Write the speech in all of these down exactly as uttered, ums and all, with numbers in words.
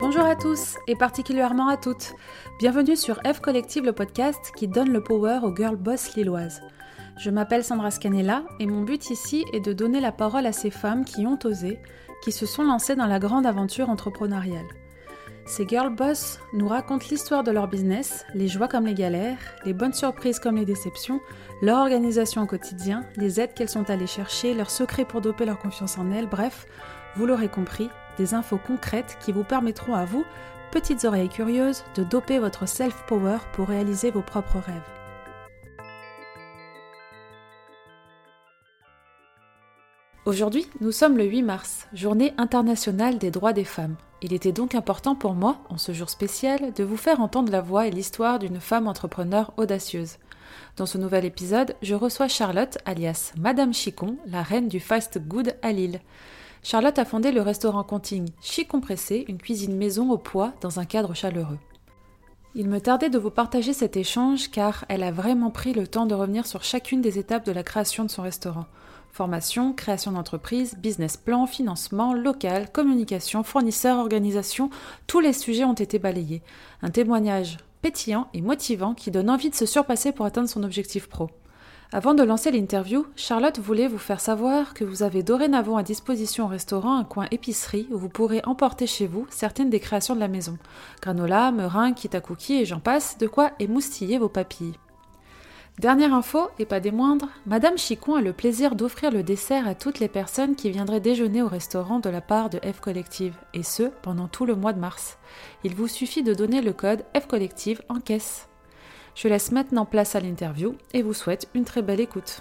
Bonjour à tous et particulièrement à toutes. Bienvenue sur F Collective, le podcast qui donne le power aux girl boss lilloises. Je m'appelle Sandra Scanella et mon but ici est de donner la parole à ces femmes qui ont osé, qui se sont lancées dans la grande aventure entrepreneuriale. Ces girl boss nous racontent l'histoire de leur business, les joies comme les galères, les bonnes surprises comme les déceptions, leur organisation au quotidien, les aides qu'elles sont allées chercher, leurs secrets pour doper leur confiance en elles, bref, vous l'aurez compris, des infos concrètes qui vous permettront à vous, petites oreilles curieuses, de doper votre self-power pour réaliser vos propres rêves. Aujourd'hui, nous sommes le huit mars, journée internationale des droits des femmes. Il était donc important pour moi, en ce jour spécial, de vous faire entendre la voix et l'histoire d'une femme entrepreneure audacieuse. Dans ce nouvel épisode, je reçois Charlotte, alias Madame Chicon, la reine du fast food à Lille. Charlotte a fondé le restaurant Contine Chicon Pressé, une cuisine maison au poids dans un cadre chaleureux. Il me tardait de vous partager cet échange car elle a vraiment pris le temps de revenir sur chacune des étapes de la création de son restaurant. Formation, création d'entreprise, business plan, financement, local, communication, fournisseurs, organisation, tous les sujets ont été balayés. Un témoignage pétillant et motivant qui donne envie de se surpasser pour atteindre son objectif pro. Avant de lancer l'interview, Charlotte voulait vous faire savoir que vous avez dorénavant à disposition au restaurant un coin épicerie où vous pourrez emporter chez vous certaines des créations de la maison. Granola, meringues, kita cookies et j'en passe, de quoi émoustiller vos papilles. Dernière info, et pas des moindres, Madame Chicon a le plaisir d'offrir le dessert à toutes les personnes qui viendraient déjeuner au restaurant de la part de F Collective, et ce, pendant tout le mois de mars. Il vous suffit de donner le code F Collective en caisse. Je laisse maintenant place à l'interview et vous souhaite une très belle écoute.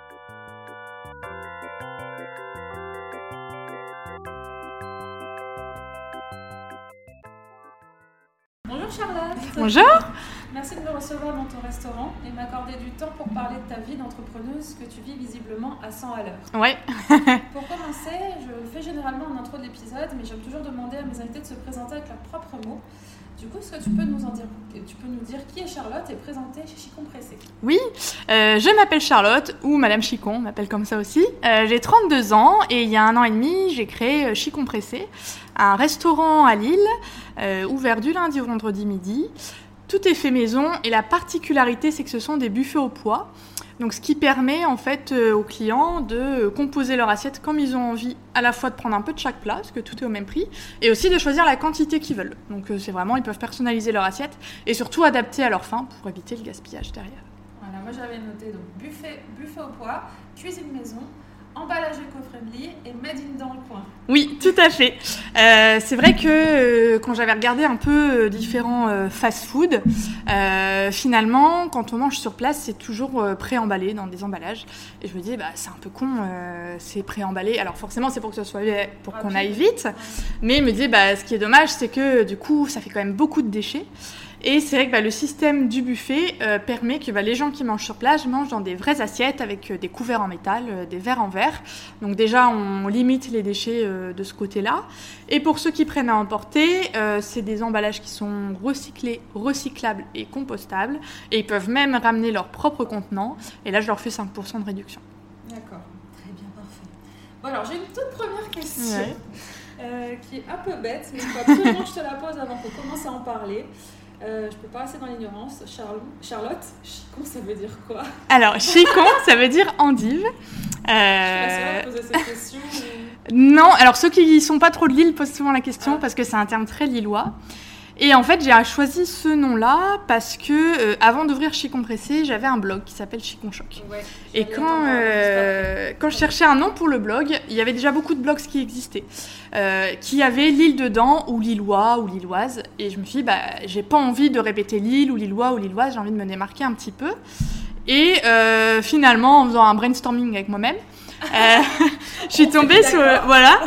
Bonjour Charlotte. Bonjour. Merci de me recevoir dans ton restaurant et m'accorder du temps pour parler de ta vie d'entrepreneuse que tu vis visiblement à cent à l'heure. Ouais. Pour commencer, je le fais généralement en intro de l'épisode, mais j'aime toujours demander à mes invités de se présenter avec leurs propres mots. Du coup, est-ce que tu peux nous en dire, tu peux nous dire qui est Charlotte et présenter chez Chicon Pressé? Oui, euh, je m'appelle Charlotte, ou Madame Chicon, on m'appelle comme ça aussi. Euh, j'ai trente-deux ans et il y a un an et demi, j'ai créé Chicon Pressé, un restaurant à Lille, euh, ouvert du lundi au vendredi midi. Tout est fait maison et la particularité, c'est que ce sont des buffets au poids. Donc, ce qui permet en fait euh, aux clients de composer leur assiette comme ils ont envie, à la fois de prendre un peu de chaque plat, parce que tout est au même prix, et aussi de choisir la quantité qu'ils veulent. Donc, euh, c'est vraiment, ils peuvent personnaliser leur assiette et surtout adapter à leur faim pour éviter le gaspillage derrière. Voilà, moi j'avais noté donc buffet, buffet au poids, cuisine maison, emballage éco-friendly et made in dans le coin. Oui, tout à fait. Euh, c'est vrai que euh, quand j'avais regardé un peu euh, différents euh, fast-food, euh, finalement, quand on mange sur place, c'est toujours euh, pré-emballé dans des emballages. Et je me disais, bah, c'est un peu con, euh, c'est pré-emballé. Alors forcément, c'est pour que ce soit pour qu'on aille vite. Mais je me disais, bah, ce qui est dommage, c'est que du coup, ça fait quand même beaucoup de déchets. Et c'est vrai que bah, le système du buffet euh, permet que bah, les gens qui mangent sur place mangent dans des vraies assiettes avec euh, des couverts en métal, euh, des verres en verre. Donc déjà, on limite les déchets euh, de ce côté-là. Et pour ceux qui prennent à emporter, euh, c'est des emballages qui sont recyclés, recyclables et compostables. Et ils peuvent même ramener leur propre contenant. Et là, je leur fais cinq pour cent de réduction. D'accord, très bien, parfait. Bon alors, j'ai une toute première question Ouais. euh, qui est un peu bête, mais il faut absolument que je te la pose avant qu'on commence à en parler. Euh, je peux pas rester dans l'ignorance. Charl- Charlotte, Chicon, ça veut dire quoi? Alors, Chicon, ça veut dire endive. Euh... Je suis la seule à poser cette question. Mais... Non, alors ceux qui ne sont pas trop de Lille posent souvent la question ah. parce que c'est un terme très lillois. Et en fait, j'ai choisi ce nom-là parce que euh, avant d'ouvrir Chicon Pressé, j'avais un blog qui s'appelle Chicon Choc. Ouais, et quand, euh, quand je cherchais un nom pour le blog, il y avait déjà beaucoup de blogs qui existaient, euh, qui avaient Lille dedans, ou Lillois, ou Lilloise. Et je me suis dit, bah, j'ai pas envie de répéter Lille, ou Lillois, ou Lilloise, j'ai envie de me démarquer un petit peu. Et euh, finalement, en faisant un brainstorming avec moi-même, Euh, je suis tombée sur euh, voilà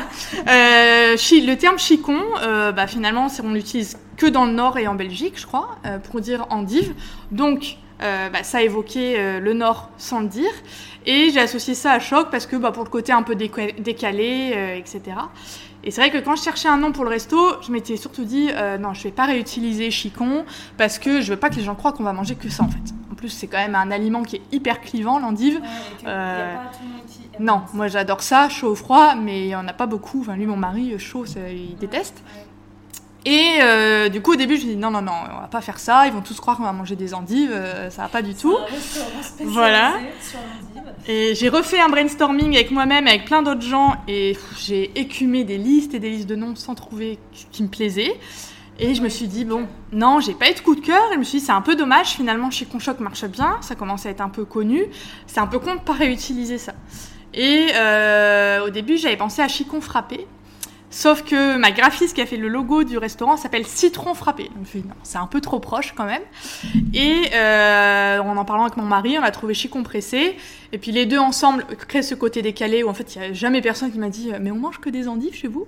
euh, chi, le terme chicon. Euh, bah, finalement, c'est, on l'utilise que dans le Nord et en Belgique, je crois, euh, pour dire endive. Donc, euh, bah, ça évoquait euh, le Nord sans le dire. Et j'ai associé ça à choc parce que bah, pour le côté un peu déca- décalé, euh, et cetera. Et c'est vrai que quand je cherchais un nom pour le resto, je m'étais surtout dit euh, non, je vais pas réutiliser chicon parce que je veux pas que les gens croient qu'on va manger que ça en fait. En plus, c'est quand même un aliment qui est hyper clivant, l'endive. Ouais, et que euh, y a pas tout le monde qui aime non, ça. moi j'adore ça, chaud ou froid, mais il y en a pas beaucoup. Enfin, lui, mon mari, chaud, ça, il Ouais, déteste. ouais. Et euh, du coup, au début, je me dis non, non, non, on va pas faire ça. Ils vont tous croire qu'on va manger des endives. Euh, ça va pas du tout. Un restaurant spécialisé Voilà. sur l'endive. Et j'ai refait un brainstorming avec moi-même, avec plein d'autres gens. Et pff, j'ai écumé des listes et des listes de noms sans trouver ce qui me plaisait. Et je me suis dit, bon, non, j'ai pas eu de coup de cœur. Et je me suis dit, c'est un peu dommage. Finalement, Chic on Choc marche bien. Ça commence à être un peu connu. C'est un peu con de pas réutiliser ça. Et euh, au début, j'avais pensé à Chic on Frappé. Sauf que ma graphiste qui a fait le logo du restaurant s'appelle Citron Frappé. Donc je me suis dit, non, c'est un peu trop proche quand même. Et euh, en en parlant avec mon mari, on a trouvé Chic on Pressé. Et puis les deux ensemble créent ce côté décalé où en fait, il n'y a jamais personne qui m'a dit « Mais on mange que des endives chez vous ?»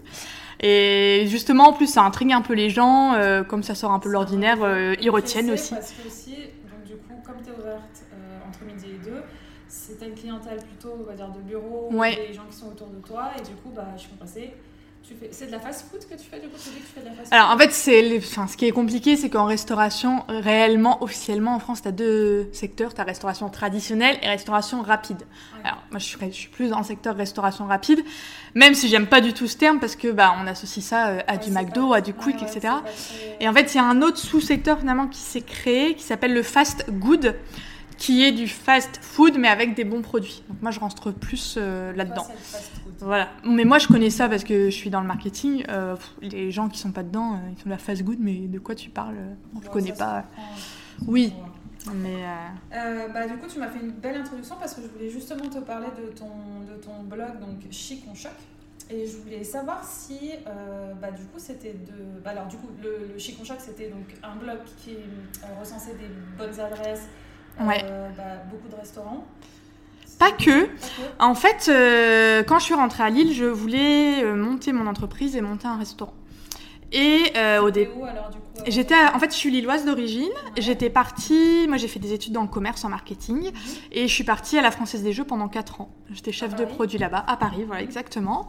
Et justement, en plus, ça intrigue un peu les gens. Euh, comme ça sort un peu de l'ordinaire, euh, ils retiennent aussi. Parce que aussi, donc du coup, comme tu es ouverte euh, entre midi et deux, c'est une clientèle plutôt, on va dire, de bureau, Ouais. des gens qui sont autour de toi. Et du coup, bah, je suis compressée. Tu fais... C'est de la fast-food que tu fais, du coup, tu dis que tu fais de la fast-food. Alors en fait, c'est les... enfin, ce qui est compliqué, c'est qu'en restauration, réellement, officiellement, en France, tu as deux secteurs. Tu as restauration traditionnelle et restauration rapide. Ouais. Alors moi, je suis, je suis plus dans le secteur restauration rapide, même si j'aime pas du tout ce terme, parce que bah, on associe ça euh, à ouais, du McDo, pas... à du Quick, ouais, ouais, et cetera. Très... Et en fait, il y a un autre sous-secteur finalement qui s'est créé, qui s'appelle le fast good, qui est du fast food mais avec des bons produits. Donc moi je rentre plus euh, là-dedans. Voilà. Mais moi je connais ça parce que je suis dans le marketing. Euh, les gens qui sont pas dedans, euh, ils font de la fast food, mais de quoi tu parles euh, Je connais pas. Oui. Mais euh... Euh, bah, du coup tu m'as fait une belle introduction parce que je voulais justement te parler de ton, de ton blog, donc Chic on Choc. Et je voulais savoir si, euh, bah, du coup, c'était de... Bah, alors, du coup, le, le Chic on Choc, c'était donc un blog qui euh, recensait des bonnes adresses, ouais. euh, bah, beaucoup de restaurants. Pas que. Pas que. En fait, euh, quand je suis rentrée à Lille, je voulais euh, monter mon entreprise et monter un restaurant. Et euh, au début, j'étais, à... en fait, je suis lilloise d'origine. Ouais. J'étais partie, moi j'ai fait des études dans le commerce en marketing, mmh. et je suis partie à la Française des Jeux pendant quatre ans. J'étais chef de produit là-bas, à Paris, voilà exactement.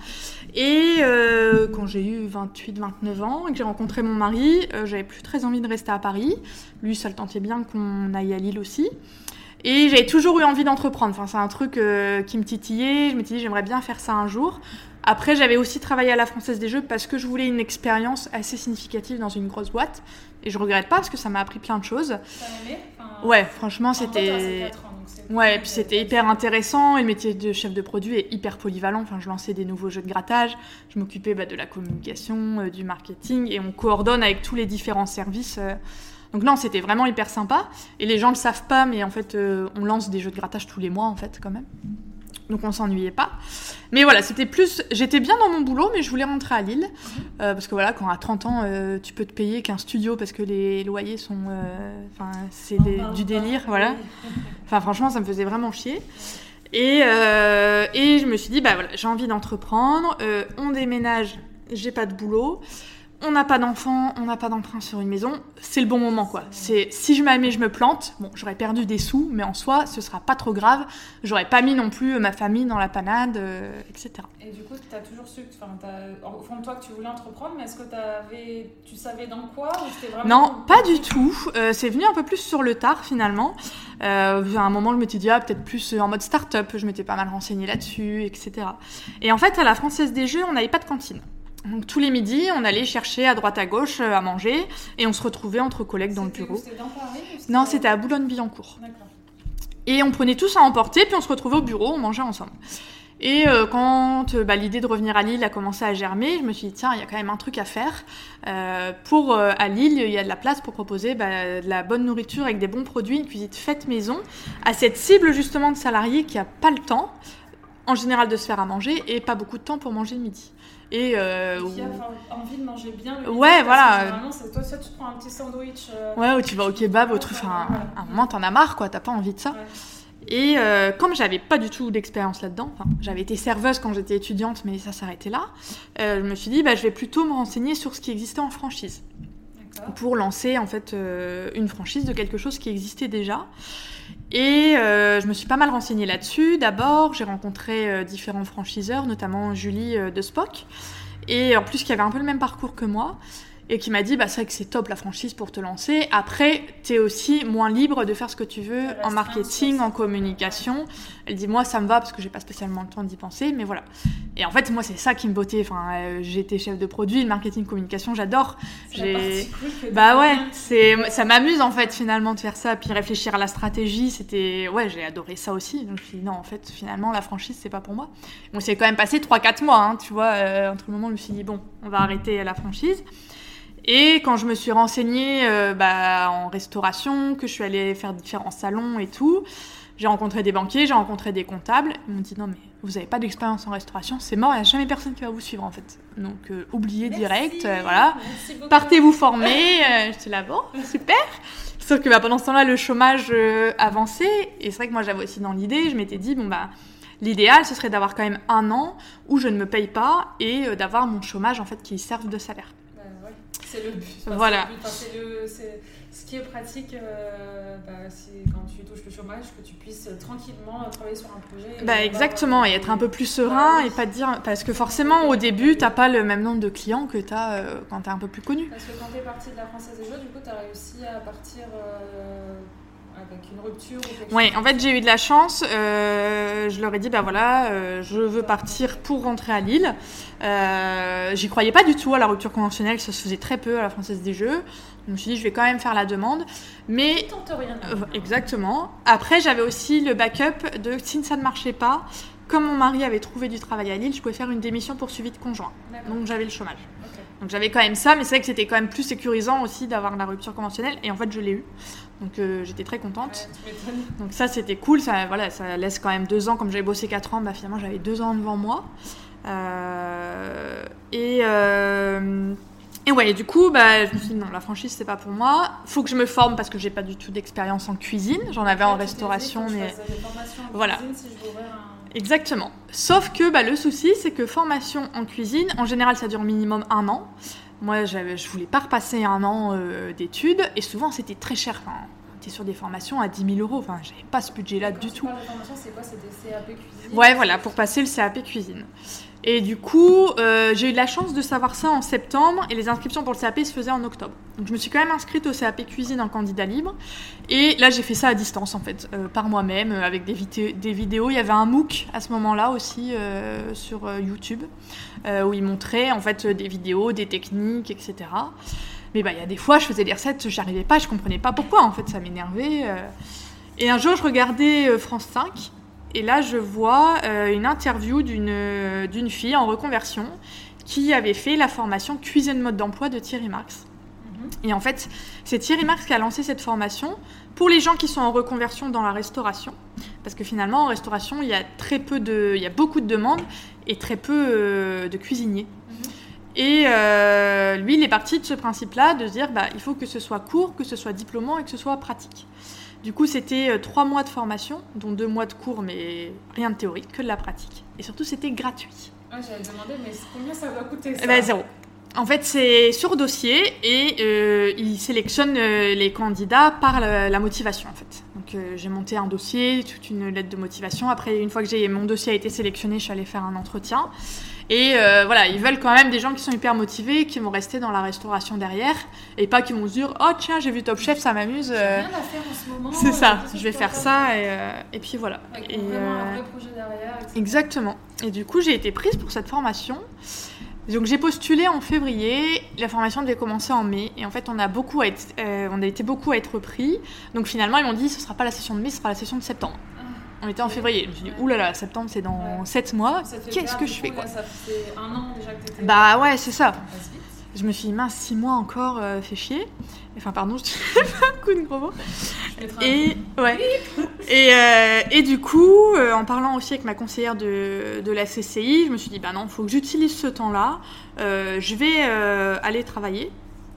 Et euh, quand j'ai eu vingt-huit vingt-neuf ans et que j'ai rencontré mon mari, euh, j'avais plus très envie de rester à Paris. Lui, ça le tentait bien qu'on aille à Lille aussi. Et j'avais toujours eu envie d'entreprendre. Enfin, c'est un truc euh, qui me titillait. Je me disais, j'aimerais bien faire ça un jour. Après, j'avais aussi travaillé à la Française des Jeux parce que je voulais une expérience assez significative dans une grosse boîte. Et je regrette pas parce que ça m'a appris plein de choses. T'as aimé enfin, Ouais, franchement, enfin, c'était... quatre ans, donc c'est... Ouais, et puis c'était hyper intéressant. Et le métier de chef de produit est hyper polyvalent. Enfin, je lançais des nouveaux jeux de grattage. Je m'occupais bah, de la communication, euh, du marketing. Et on coordonne avec tous les différents services. Euh... Donc non, c'était vraiment hyper sympa. Et les gens le savent pas, mais en fait, euh, on lance des jeux de grattage tous les mois, en fait, quand même. Donc on s'ennuyait pas. Mais voilà, c'était plus... J'étais bien dans mon boulot, mais je voulais rentrer à Lille. Euh, parce que voilà, quand à trente ans, euh, tu peux te payer qu'un studio parce que les loyers sont... Enfin, euh, c'est des, du délire, voilà. Enfin, franchement, ça me faisait vraiment chier. Et, euh, et je me suis dit, bah voilà, j'ai envie d'entreprendre. Euh, on déménage, j'ai pas de boulot. On n'a pas d'enfant, on n'a pas d'emprunt sur une maison, c'est le bon moment quoi. C'est, si je m'amène, je me plante, bon, j'aurais perdu des sous, mais en soi, ce sera pas trop grave. J'aurais pas mis non plus ma famille dans la panade, euh, et cetera. Et du coup, tu as toujours su, enfin, au fond de toi, que tu voulais entreprendre, mais est-ce que t'avais, tu savais dans quoi ou c'était vraiment... Non, pas du tout. Euh, c'est venu un peu plus sur le tard finalement. Euh, à un moment, je m'étais dit, ah, peut-être plus en mode start-up, je m'étais pas mal renseignée là-dessus, et cetera. Et en fait, à la Française des Jeux, on n'avait pas de cantine. Donc tous les midis, on allait chercher à droite à gauche à manger et on se retrouvait entre collègues dans c'était, le bureau. C'était dans Paris ou c'était... Non, c'était à Boulogne-Billancourt. D'accord. Et on prenait tous à emporter, puis on se retrouvait au bureau, on mangeait ensemble. Et euh, quand euh, bah, l'idée de revenir à Lille a commencé à germer, je me suis dit, tiens, il y a quand même un truc à faire. Euh, pour, euh, à Lille, il y a de la place pour proposer bah, de la bonne nourriture avec des bons produits, une cuisine faite maison, à cette cible justement de salariés qui n'a pas le temps, en général, de se faire à manger et pas beaucoup de temps pour manger le midi. Et euh, qui a envie de manger bien le midi. Ouais, voilà. Généralement, c'est toi, ça, tu te prends un petit sandwich. Euh... Ouais, ou tu vas au kebab, au truc. Enfin, voilà. À un moment, t'en as marre, quoi. T'as pas envie de ça. Ouais. Et euh, comme j'avais pas du tout d'expérience là-dedans, enfin, j'avais été serveuse quand j'étais étudiante, mais ça s'arrêtait là. Euh, je me suis dit, bah, je vais plutôt me renseigner sur ce qui existait en franchise. D'accord. Pour lancer en fait euh, une franchise de quelque chose qui existait déjà. Et euh, je me suis pas mal renseignée là-dessus. D'abord, j'ai rencontré euh, différents franchiseurs, notamment Julie euh, de Spock, et en plus qui avait un peu le même parcours que moi. et qui m'a dit bah c'est vrai que c'est top la franchise pour te lancer. Après, t'es aussi moins libre de faire ce que tu veux en marketing, en communication. Elle dit moi ça me va parce que j'ai pas spécialement le temps d'y penser, mais voilà. Et en fait moi c'est ça qui me bottait. Enfin, euh, j'étais chef de produit, le marketing, communication, j'adore. C'est j'ai... la partie cool que bah ouais, c'est ça m'amuse en fait finalement de faire ça, puis réfléchir à la stratégie. C'était ouais, j'ai adoré ça aussi. Donc je me suis dit non en fait finalement la franchise c'est pas pour moi. Bon c'est quand même passé trois quatre mois, hein, tu vois. Euh, entre le moment où je me suis dit bon on va arrêter la franchise. Et quand je me suis renseignée euh, bah, en restauration, que je suis allée faire différents salons et tout, j'ai rencontré des banquiers, j'ai rencontré des comptables. Ils m'ont dit non mais vous n'avez pas d'expérience en restauration, c'est mort, il n'y a jamais personne qui va vous suivre en fait. Donc euh, oubliez Merci. direct, euh, voilà. Merci Partez vous former. Euh, j'étais là bon, super. Sauf que bah, pendant ce temps-là, le chômage euh, avançait. Et c'est vrai que moi j'avais aussi dans l'idée, je m'étais dit bon bah l'idéal ce serait d'avoir quand même un an où je ne me paye pas et euh, d'avoir mon chômage en fait qui serve de salaire. C'est le but. Enfin, voilà. C'est le but. Enfin, c'est le, c'est, ce qui est pratique, euh, bah, c'est quand tu touches le chômage, que tu puisses tranquillement travailler sur un projet. Bah, et exactement, et être un peu plus serein, bah, oui. Et pas te dire... Parce que forcément, au début, t'as pas le même nombre de clients que t'as euh, quand t'es un peu plus connu. Parce que quand t'es partie de la Française des Jeux, du coup, t'as réussi à partir... Euh... avec une rupture ou quelque Oui, chose. En fait, j'ai eu de la chance. Euh, je leur ai dit, bah voilà, euh, je veux partir pour rentrer à Lille. Euh, j'y croyais pas du tout à la rupture conventionnelle, ça se faisait très peu à la Française des Jeux. Je me suis dit, je vais quand même faire la demande. Mais qui tente rien. Euh, exactement. Après, j'avais aussi le backup de si ça ne marchait pas. Comme mon mari avait trouvé du travail à Lille, je pouvais faire une démission pour suivi de conjoint. D'accord. Donc j'avais le chômage. Okay. Donc j'avais quand même ça, mais c'est vrai que c'était quand même plus sécurisant aussi d'avoir la rupture conventionnelle. Et en fait, je l'ai eu. Donc euh, j'étais très contente. Ouais, donc ça, c'était cool. Ça, voilà, ça laisse quand même deux ans. Comme j'avais bossé quatre ans, bah, finalement, j'avais deux ans devant moi. Euh, et... Euh, Et ouais, du coup, bah, je me suis dit non, la franchise c'est pas pour moi. Faut que je me forme parce que j'ai pas du tout d'expérience en cuisine. J'en avais en restauration, mais voilà. Cuisine, si je un... Exactement. Sauf que bah, le souci, c'est que formation en cuisine, en général, ça dure minimum un an. Moi, j'avais, je voulais pas repasser un an euh, d'études, et souvent c'était très cher. Enfin, t'es sur des formations à dix mille euros. Enfin, j'avais pas ce budget-là du tout. Quand tu parles de formation, c'est quoi? C'est des C A P cuisine? Ouais, voilà, pour passer le C A P cuisine. Et du coup, euh, j'ai eu de la chance de savoir ça en septembre et les inscriptions pour le C A P se faisaient en octobre. Donc je me suis quand même inscrite au C A P cuisine en candidat libre. Et là, j'ai fait ça à distance en fait, euh, par moi-même, euh, avec des, vidé- des vidéos. Il y avait un MOOC à ce moment-là aussi euh, sur euh, YouTube euh, où ils montraient en fait des vidéos, des techniques, et cetera. Mais bah, il y a des fois, je faisais des recettes, j'y arrivais pas, je comprenais pas pourquoi en fait, ça m'énervait. Euh. Et un jour, je regardais euh, France cinq. Et là, je vois euh, une interview d'une, euh, d'une fille en reconversion qui avait fait la formation cuisine mode d'emploi de Thierry Marx. Mm-hmm. Et en fait, c'est Thierry Marx qui a lancé cette formation pour les gens qui sont en reconversion dans la restauration. Parce que finalement, en restauration, il y a très peu de, il y a beaucoup de demandes et très peu euh, de cuisiniers. Mm-hmm. Et euh, lui, il est parti de ce principe-là, de se dire, bah, il faut que ce soit court, que ce soit diplômant et que ce soit pratique. Du coup, c'était euh, trois mois de formation, dont deux mois de cours, mais rien de théorique, que de la pratique. Et surtout, c'était gratuit. Ah, j'avais demandé, mais combien ça va coûter ça? Eh ben, zéro. En fait, c'est sur dossier et euh, ils sélectionnent euh, les candidats par la, la motivation, en fait. Donc, euh, j'ai monté un dossier, toute une lettre de motivation. Après, une fois que j'ai, mon dossier a été sélectionné, je suis allée faire un entretien. Et euh, voilà, ils veulent quand même des gens qui sont hyper motivés, qui vont rester dans la restauration derrière, et pas qui vont se dire « Oh tiens, j'ai vu Top Chef, ça m'amuse. » J'ai rien à faire en ce moment. C'est ça, euh, je vais faire ça, et, euh, et puis voilà. Avec et, vraiment euh, un vrai projet derrière. Et cetera. Exactement. Et du coup, j'ai été prise pour cette formation. Donc j'ai postulé en février, la formation devait commencer en mai, et en fait on a, beaucoup à être, euh, on a été beaucoup à être pris. Donc finalement, ils m'ont dit « Ce sera pas la session de mai, ce sera la session de septembre. » On était en février. Je me suis dit, oulala, septembre, c'est dans ouais. sept mois. Qu'est-ce que je fais, quoi? Ça fait un an déjà que t'étais... Bah ouais, c'est ça. Je me suis dit, mince, six mois encore, euh, fait chier. Enfin, pardon, je te fais un coup de gros mots. Et, ouais. et, euh, et du coup, euh, en parlant aussi avec ma conseillère de, de la C C I, je me suis dit, bah non, il faut que j'utilise ce temps-là. Euh, je vais euh, aller travailler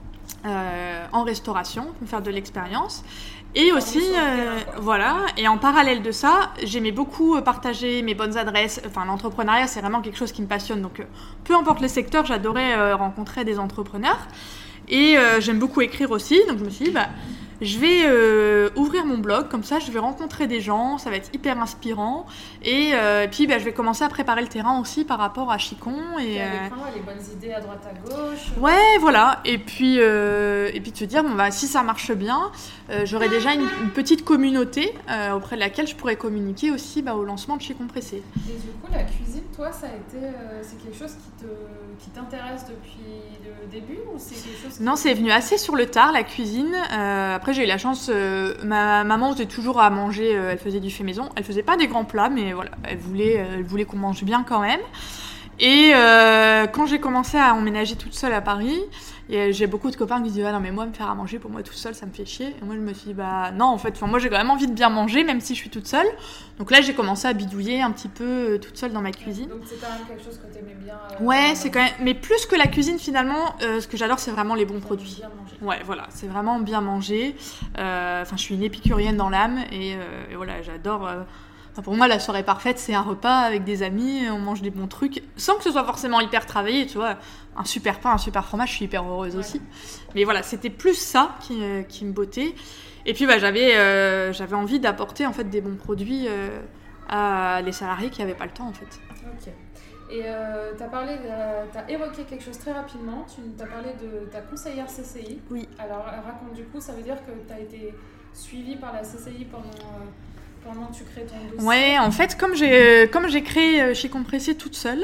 euh, en restauration pour faire de l'expérience. Et aussi, euh, voilà, et en parallèle de ça, j'aimais beaucoup partager mes bonnes adresses. Enfin, l'entrepreneuriat, c'est vraiment quelque chose qui me passionne. Donc, euh, peu importe le secteur, j'adorais euh, rencontrer des entrepreneurs. Et euh, j'aime beaucoup écrire aussi. Donc, je me suis dit, bah, je vais euh, ouvrir mon blog, comme ça je vais rencontrer des gens, ça va être hyper inspirant. Et, euh, et puis bah, je vais commencer à préparer le terrain aussi par rapport à Chicon. Et, et euh... les bonnes idées à droite à gauche. Ouais, voilà. Et puis, euh, et puis de se dire, bon, bah, si ça marche bien, euh, j'aurai déjà une, une petite communauté euh, auprès de laquelle je pourrais communiquer aussi bah, au lancement de Chez Compressé. Et du coup, la cuisine, toi, ça a été, euh, c'est quelque chose qui, te, qui t'intéresse depuis le début ou c'est quelque chose qui... Non, c'est venu assez sur le tard, la cuisine. Euh, après, j'ai eu la chance, euh, ma maman faisait toujours à manger, euh, elle faisait du fait maison. Elle faisait pas des grands plats, mais voilà, elle voulait, euh, elle voulait qu'on mange bien quand même. Et euh, quand j'ai commencé à emménager toute seule à Paris, et j'ai beaucoup de copains qui me disaient ah non mais moi me faire à manger pour moi toute seule ça me fait chier. Et moi je me suis dit bah non en fait moi j'ai quand même envie de bien manger même si je suis toute seule. Donc là j'ai commencé à bidouiller un petit peu euh, toute seule dans ma cuisine. Donc c'est quand même quelque chose que t'aimais bien. Euh, ouais c'est quand même mais plus que la cuisine finalement euh, ce que j'adore c'est vraiment les bons produits. Bien manger. Ouais voilà c'est vraiment bien manger. Enfin euh, je suis une épicurienne dans l'âme et, euh, et voilà j'adore. Euh, Pour moi, la soirée parfaite, c'est un repas avec des amis, on mange des bons trucs, sans que ce soit forcément hyper travaillé, tu vois. Un super pain, un super fromage, je suis hyper heureuse ouais. aussi. Mais voilà, c'était plus ça qui, euh, qui me bottait. Et puis, bah, j'avais, euh, j'avais envie d'apporter en fait, des bons produits euh, à les salariés qui n'avaient pas le temps, en fait. Ok. Et euh, tu as parlé, de, t'as évoqué quelque chose très rapidement, tu as parlé de ta conseillère C C I. Oui. Alors, raconte du coup, ça veut dire que tu as été suivie par la C C I pendant... Euh, Pendant que tu crées ton dossier. Ouais, en fait, comme j'ai, comme j'ai créé Chez Compressé toute seule,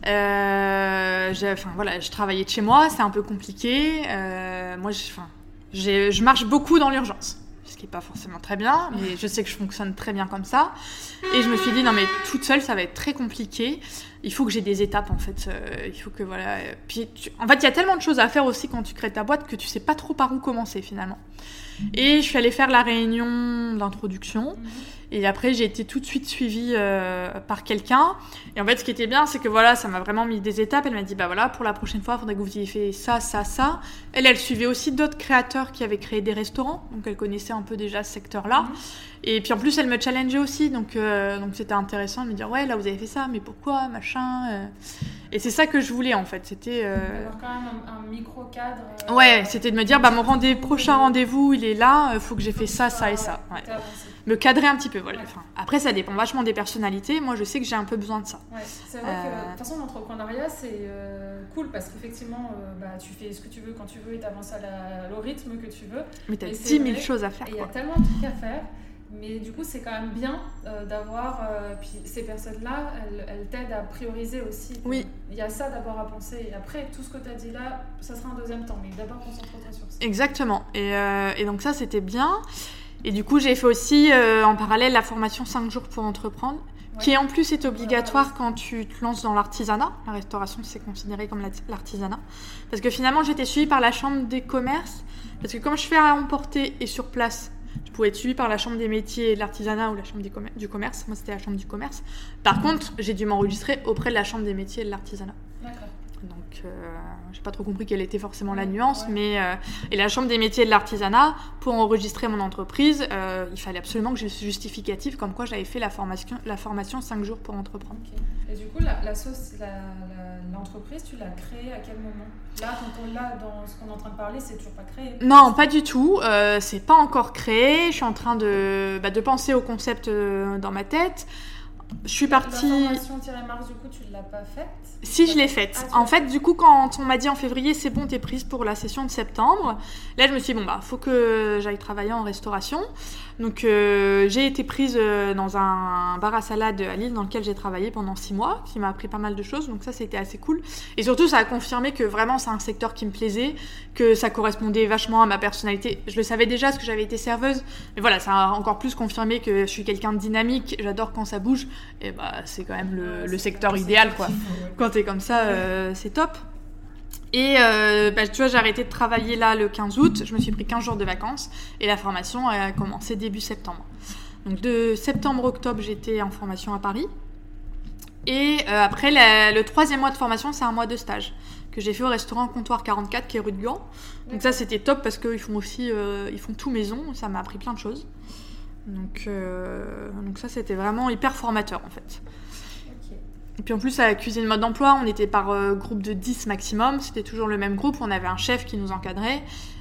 euh, j'ai, enfin, voilà, je travaillais de chez moi, c'est un peu compliqué. Euh, moi, je, enfin, j'ai, je marche beaucoup dans l'urgence, ce qui n'est pas forcément très bien, mais je sais que je fonctionne très bien comme ça. Et je me suis dit, non mais toute seule, ça va être très compliqué. Il faut que j'ai des étapes, en fait. Euh, il faut que, voilà... Puis, tu... En fait, il y a tellement de choses à faire aussi quand tu crées ta boîte que tu sais pas trop par où commencer, finalement. Et je suis allée faire la réunion d'introduction. Mmh. Et après, j'ai été tout de suite suivie euh, par quelqu'un. Et en fait, ce qui était bien, c'est que voilà, ça m'a vraiment mis des étapes. Elle m'a dit, bah voilà, pour la prochaine fois, il faudrait que vous ayez fait ça, ça, ça. Elle, elle suivait aussi d'autres créateurs qui avaient créé des restaurants. Donc, elle connaissait un peu déjà ce secteur-là. Mmh. Et puis, en plus, elle me challengeait aussi. Donc, euh, donc c'était intéressant de me dire, ouais, là, vous avez fait ça, mais pourquoi, machin euh... Et c'est ça que je voulais, en fait. C'était... Euh... D'avoir quand même un, un micro-cadre. Euh... Ouais, c'était de me dire, bah, mon rendez- prochain rendez-vous, il est là. Il faut que j'ai fait ça, ça et ça. Ouais. Me cadrer un petit peu, voilà. Ouais. Enfin, après, ça dépend vachement des personnalités. Moi, je sais que j'ai un peu besoin de ça. Ouais, c'est vrai euh... que, de toute façon, l'entrepreneuriat, c'est euh, cool parce qu'effectivement, euh, bah, tu fais ce que tu veux quand tu veux et tu avances à la, au rythme que tu veux. Mais tu as dix mille choses à faire. Et il y a tellement de trucs à faire. Mais du coup, c'est quand même bien euh, d'avoir... Euh, puis ces personnes-là, elles, elles t'aident à prioriser aussi. Oui. Il y a ça d'abord à penser. Et après, tout ce que tu as dit là, ça sera un deuxième temps. Mais d'abord, concentre-toi sur ça. Exactement. Et, euh, et donc ça, c'était bien. Et du coup, j'ai fait aussi euh, en parallèle la formation cinq jours pour entreprendre, ouais. qui en plus est obligatoire ouais, ouais. quand tu te lances dans l'artisanat. La restauration, c'est considéré comme l'artisanat. Parce que finalement, j'étais suivie par la chambre des commerces. Parce que comme je fais à emporter et sur place, je pouvais être suivie par la chambre des métiers et de l'artisanat ou la chambre du commerce. Moi, c'était la chambre du commerce. Par contre, j'ai dû m'enregistrer auprès de la chambre des métiers et de l'artisanat. D'accord. Donc, euh, j'ai pas trop compris quelle était forcément la nuance, ouais. mais euh, et la chambre des métiers et de l'artisanat, pour enregistrer mon entreprise, euh, il fallait absolument que j'ai ce justificatif comme quoi j'avais fait la formation, la formation cinq jours pour entreprendre. Okay. Et du coup, la, la sauce, la, la, l'entreprise, tu l'as créée à quel moment ? Là, quand on l'a dans ce qu'on est en train de parler, c'est toujours pas créé ? Non, pas du tout. Euh, c'est pas encore créé. Je suis en train de, bah, de penser au concept euh, dans ma tête. Je suis partie... La formation-mars, du coup, tu l'as pas faite ? Si, je l'ai faite. Ah, en fait, du coup, quand on m'a dit en février, c'est bon, t'es prise pour la session de septembre, là, je me suis dit, bon, bah, faut que j'aille travailler en restauration. Donc, euh, j'ai été prise dans un bar à salade à Lille dans lequel j'ai travaillé pendant six mois, qui m'a appris pas mal de choses. Donc, ça, c'était assez cool. Et surtout, ça a confirmé que vraiment, c'est un secteur qui me plaisait, que ça correspondait vachement à ma personnalité. Je le savais déjà parce que j'avais été serveuse. Mais voilà, ça a encore plus confirmé que je suis quelqu'un de dynamique. J'adore quand ça bouge. Et bah, c'est quand même le, le secteur idéal, quoi. Quand t'es comme ça, euh, c'est top. Et euh, bah, tu vois, j'ai arrêté de travailler là le quinze août. Je me suis pris quinze jours de vacances. Et la formation a commencé début septembre. Donc de septembre-octobre, j'étais en formation à Paris. Et euh, après, la, le troisième mois de formation, c'est un mois de stage que j'ai fait au restaurant Comptoir quarante-quatre qui est rue de Gand. Donc ça, c'était top parce qu'ils font aussi euh, ils font tout maison. Ça m'a appris plein de choses. Donc, euh, donc ça, c'était vraiment hyper formateur en fait. Et puis en plus, à la cuisine mode d'emploi, on était par euh, groupe de dix maximum. C'était toujours le même groupe. On avait un chef qui nous encadrait.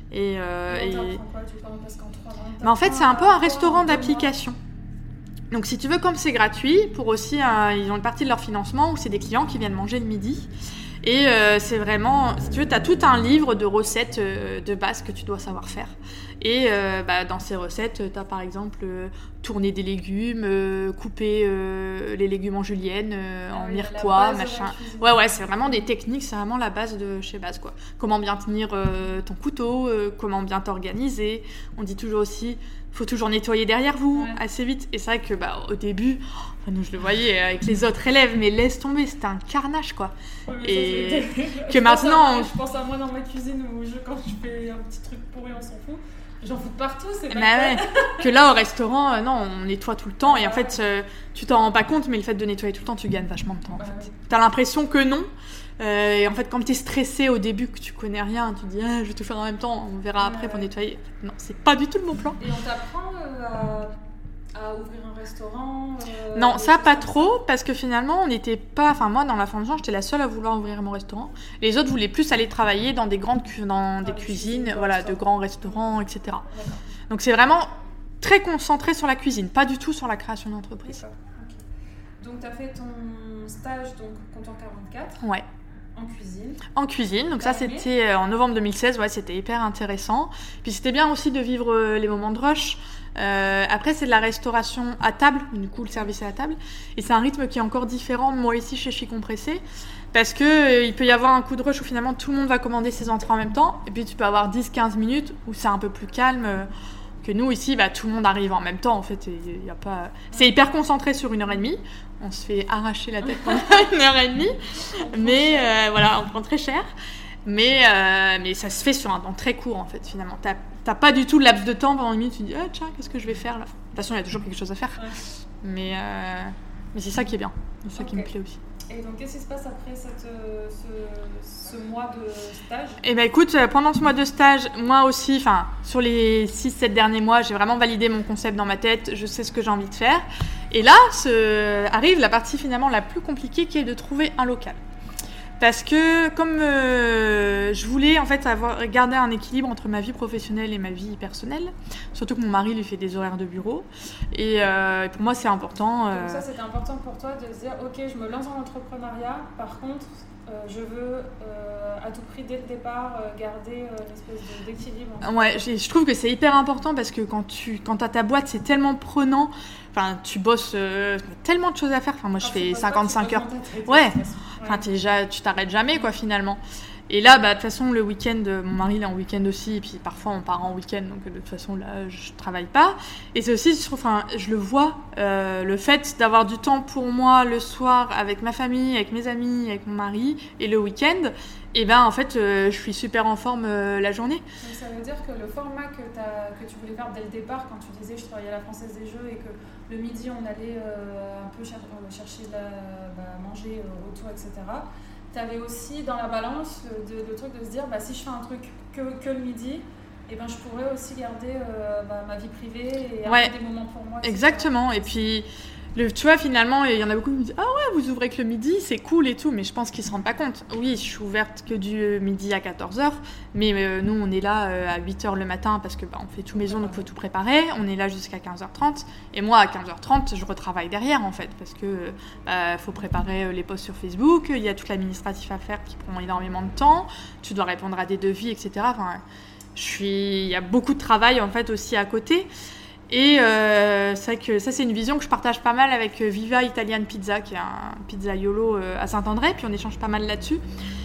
Et, euh, Et on et... t'apprend quoi, du coup, parce qu'en trois mois, Mais en fait, c'est un peu un t'apprends restaurant en deux mois. d'application. Donc, si tu veux, comme c'est gratuit, pour aussi, euh, ils ont une partie de leur financement où c'est des clients qui viennent manger le midi. Et euh, c'est vraiment, si tu veux, tu as tout un livre de recettes euh, de base que tu dois savoir faire. Et euh, bah, dans ces recettes, tu as par exemple euh, tourner des légumes, euh, couper euh, les légumes en julienne, euh, Ah en oui, mirepoix, la base de la machin. cuisine. Ouais, ouais, c'est vraiment des techniques, c'est vraiment la base de chez Base, quoi. Comment bien tenir euh, ton couteau, euh, comment bien t'organiser. On dit toujours aussi, faut toujours nettoyer derrière vous Ouais. assez vite. Et c'est vrai que bah, au début, enfin, nous je le voyais avec les autres élèves, mais laisse tomber, c'était un carnage, quoi. Ouais, mais Et ça, c'est- que je pense maintenant, à moi- on- Je pense à moi dans ma cuisine où je, quand je fais un petit truc pourri, on s'en fout. J'en fous de partout, c'est Bah pas ouais, que là au restaurant, euh, non, on nettoie tout le temps et en fait, euh, tu t'en rends pas compte, mais le fait de nettoyer tout le temps, tu gagnes vachement de temps. En Bah fait. ouais. T'as l'impression que non, euh, et en fait, quand t'es stressé au début, que tu connais rien, tu te dis ah, je vais tout faire en même temps, on verra Ouais, après pour ouais. nettoyer. Non, c'est pas du tout le bon plan. Et on t'apprend euh, à, à ouvrir un restaurant euh, Non, des ça choses pas comme trop, parce que finalement, on n'était pas. Enfin, moi, dans la formation, j'étais la seule à vouloir ouvrir mon restaurant. Les autres voulaient plus aller travailler dans des grandes cu- dans des des cuisines, cuisines, voilà, restaurants. de grands restaurants, et cetera. D'accord. Donc, c'est vraiment très concentré sur la cuisine, pas du tout sur la création d'entreprise. D'accord, ok. Donc, tu as fait ton stage, donc, comptoir quarante-quatre, Ouais. en cuisine. En cuisine, donc ça T'as aimé ? c'était euh, en novembre deux mille seize, ouais, c'était hyper intéressant. Puis c'était bien aussi de vivre euh, les moments de rush. Euh, après c'est de la restauration à table, du coup le service est à table, et c'est un rythme qui est encore différent de moi ici chez Chi Compressé, parce que euh, il peut y avoir un coup de rush où finalement tout le monde va commander ses entrées en même temps, et puis tu peux avoir dix quinze minutes où c'est un peu plus calme. euh, que nous ici, bah, tout le monde arrive en même temps en fait, et y a pas... c'est hyper concentré sur une heure et demie. On se fait arracher la tête pendant une heure et demie, mais euh, voilà, on prend très cher. Mais, euh, mais ça se fait sur un temps très court en fait finalement. T'as, t'as pas du tout le laps de temps pendant une minute, tu te dis ah, tiens, qu'est-ce que je vais faire là. De toute façon, il y a toujours quelque chose à faire. Ouais. Mais, euh, mais c'est ça qui est bien, c'est ça qui Ok. me plaît aussi. Et donc, qu'est-ce qui se passe après cette, euh, ce, ce mois de stage ? Et ben écoute, euh, pendant ce mois de stage, moi aussi, enfin sur les six sept derniers mois, j'ai vraiment validé mon concept dans ma tête, je sais ce que j'ai envie de faire. Et là, ce... arrive la partie finalement la plus compliquée qui est de trouver un local. Parce que comme euh, je voulais en fait avoir, garder un équilibre entre ma vie professionnelle et ma vie personnelle, surtout que mon mari lui fait des horaires de bureau, et euh, pour moi c'est important. euh, Donc ça, c'était important pour toi de se dire, ok, je me lance dans l'entrepreneuriat, par contre, euh, je veux euh, à tout prix, dès le départ, euh, garder euh, une espèce de- d'équilibre. entre- Ouais, j'ai- je trouve que c'est hyper important parce que quand tu quand t'as ta boîte, c'est tellement prenant. Enfin, tu bosses euh, tellement de choses à faire. Enfin, moi, je Enfin, tu fais poses pas, cinquante-cinq tu heures. poses dans ta tête, Ouais. de toute façon. Enfin, Ouais. t'es déjà, tu t'arrêtes jamais, quoi, finalement. Et là, bah, de toute façon, le week-end, euh, mon mari il est en week-end aussi, et puis parfois on part en week-end, donc euh, de toute façon, là, je travaille pas. Et c'est aussi, je trouve, enfin, je le vois, euh, le fait d'avoir du temps pour moi le soir avec ma famille, avec mes amis, avec mon mari, et le week-end, et ben, en fait, euh, je suis super en forme euh, la journée. Donc ça veut dire que le format que, t'as- que tu voulais faire dès le départ, quand tu disais je travaillais à la Française des Jeux et que le midi on allait euh, un peu cher- euh, chercher de la, bah, manger euh, autour, et cetera. Tu avais aussi dans la balance le, de- le truc de se dire bah, si je fais un truc que, que le midi, et ben, je pourrais aussi garder euh, bah, ma vie privée et Ouais. avoir des moments pour moi. et cetera. Exactement. Et puis, le, tu vois, finalement, il y en a beaucoup qui me disent ah ouais, vous ouvrez que le midi, c'est cool et tout, mais je pense qu'ils se rendent pas compte. Oui, je suis ouverte que du midi à quatorze heures, mais euh, nous, on est là euh, à huit heures le matin parce que bah, on fait tout maison, donc il faut tout préparer. On est là jusqu'à quinze heures trente, et moi, à quinze heures trente, je retravaille derrière en fait, parce que bah, faut préparer euh, les posts sur Facebook, il y a tout l'administratif à faire qui prend énormément de temps, tu dois répondre à des devis, et cetera. Enfin, je suis, il y a beaucoup de travail en fait aussi à côté. Et euh, c'est vrai que ça, c'est une vision que je partage pas mal avec euh, Viva Italian Pizza, qui est un pizzaiolo euh, à Saint-André, puis on échange pas mal là-dessus.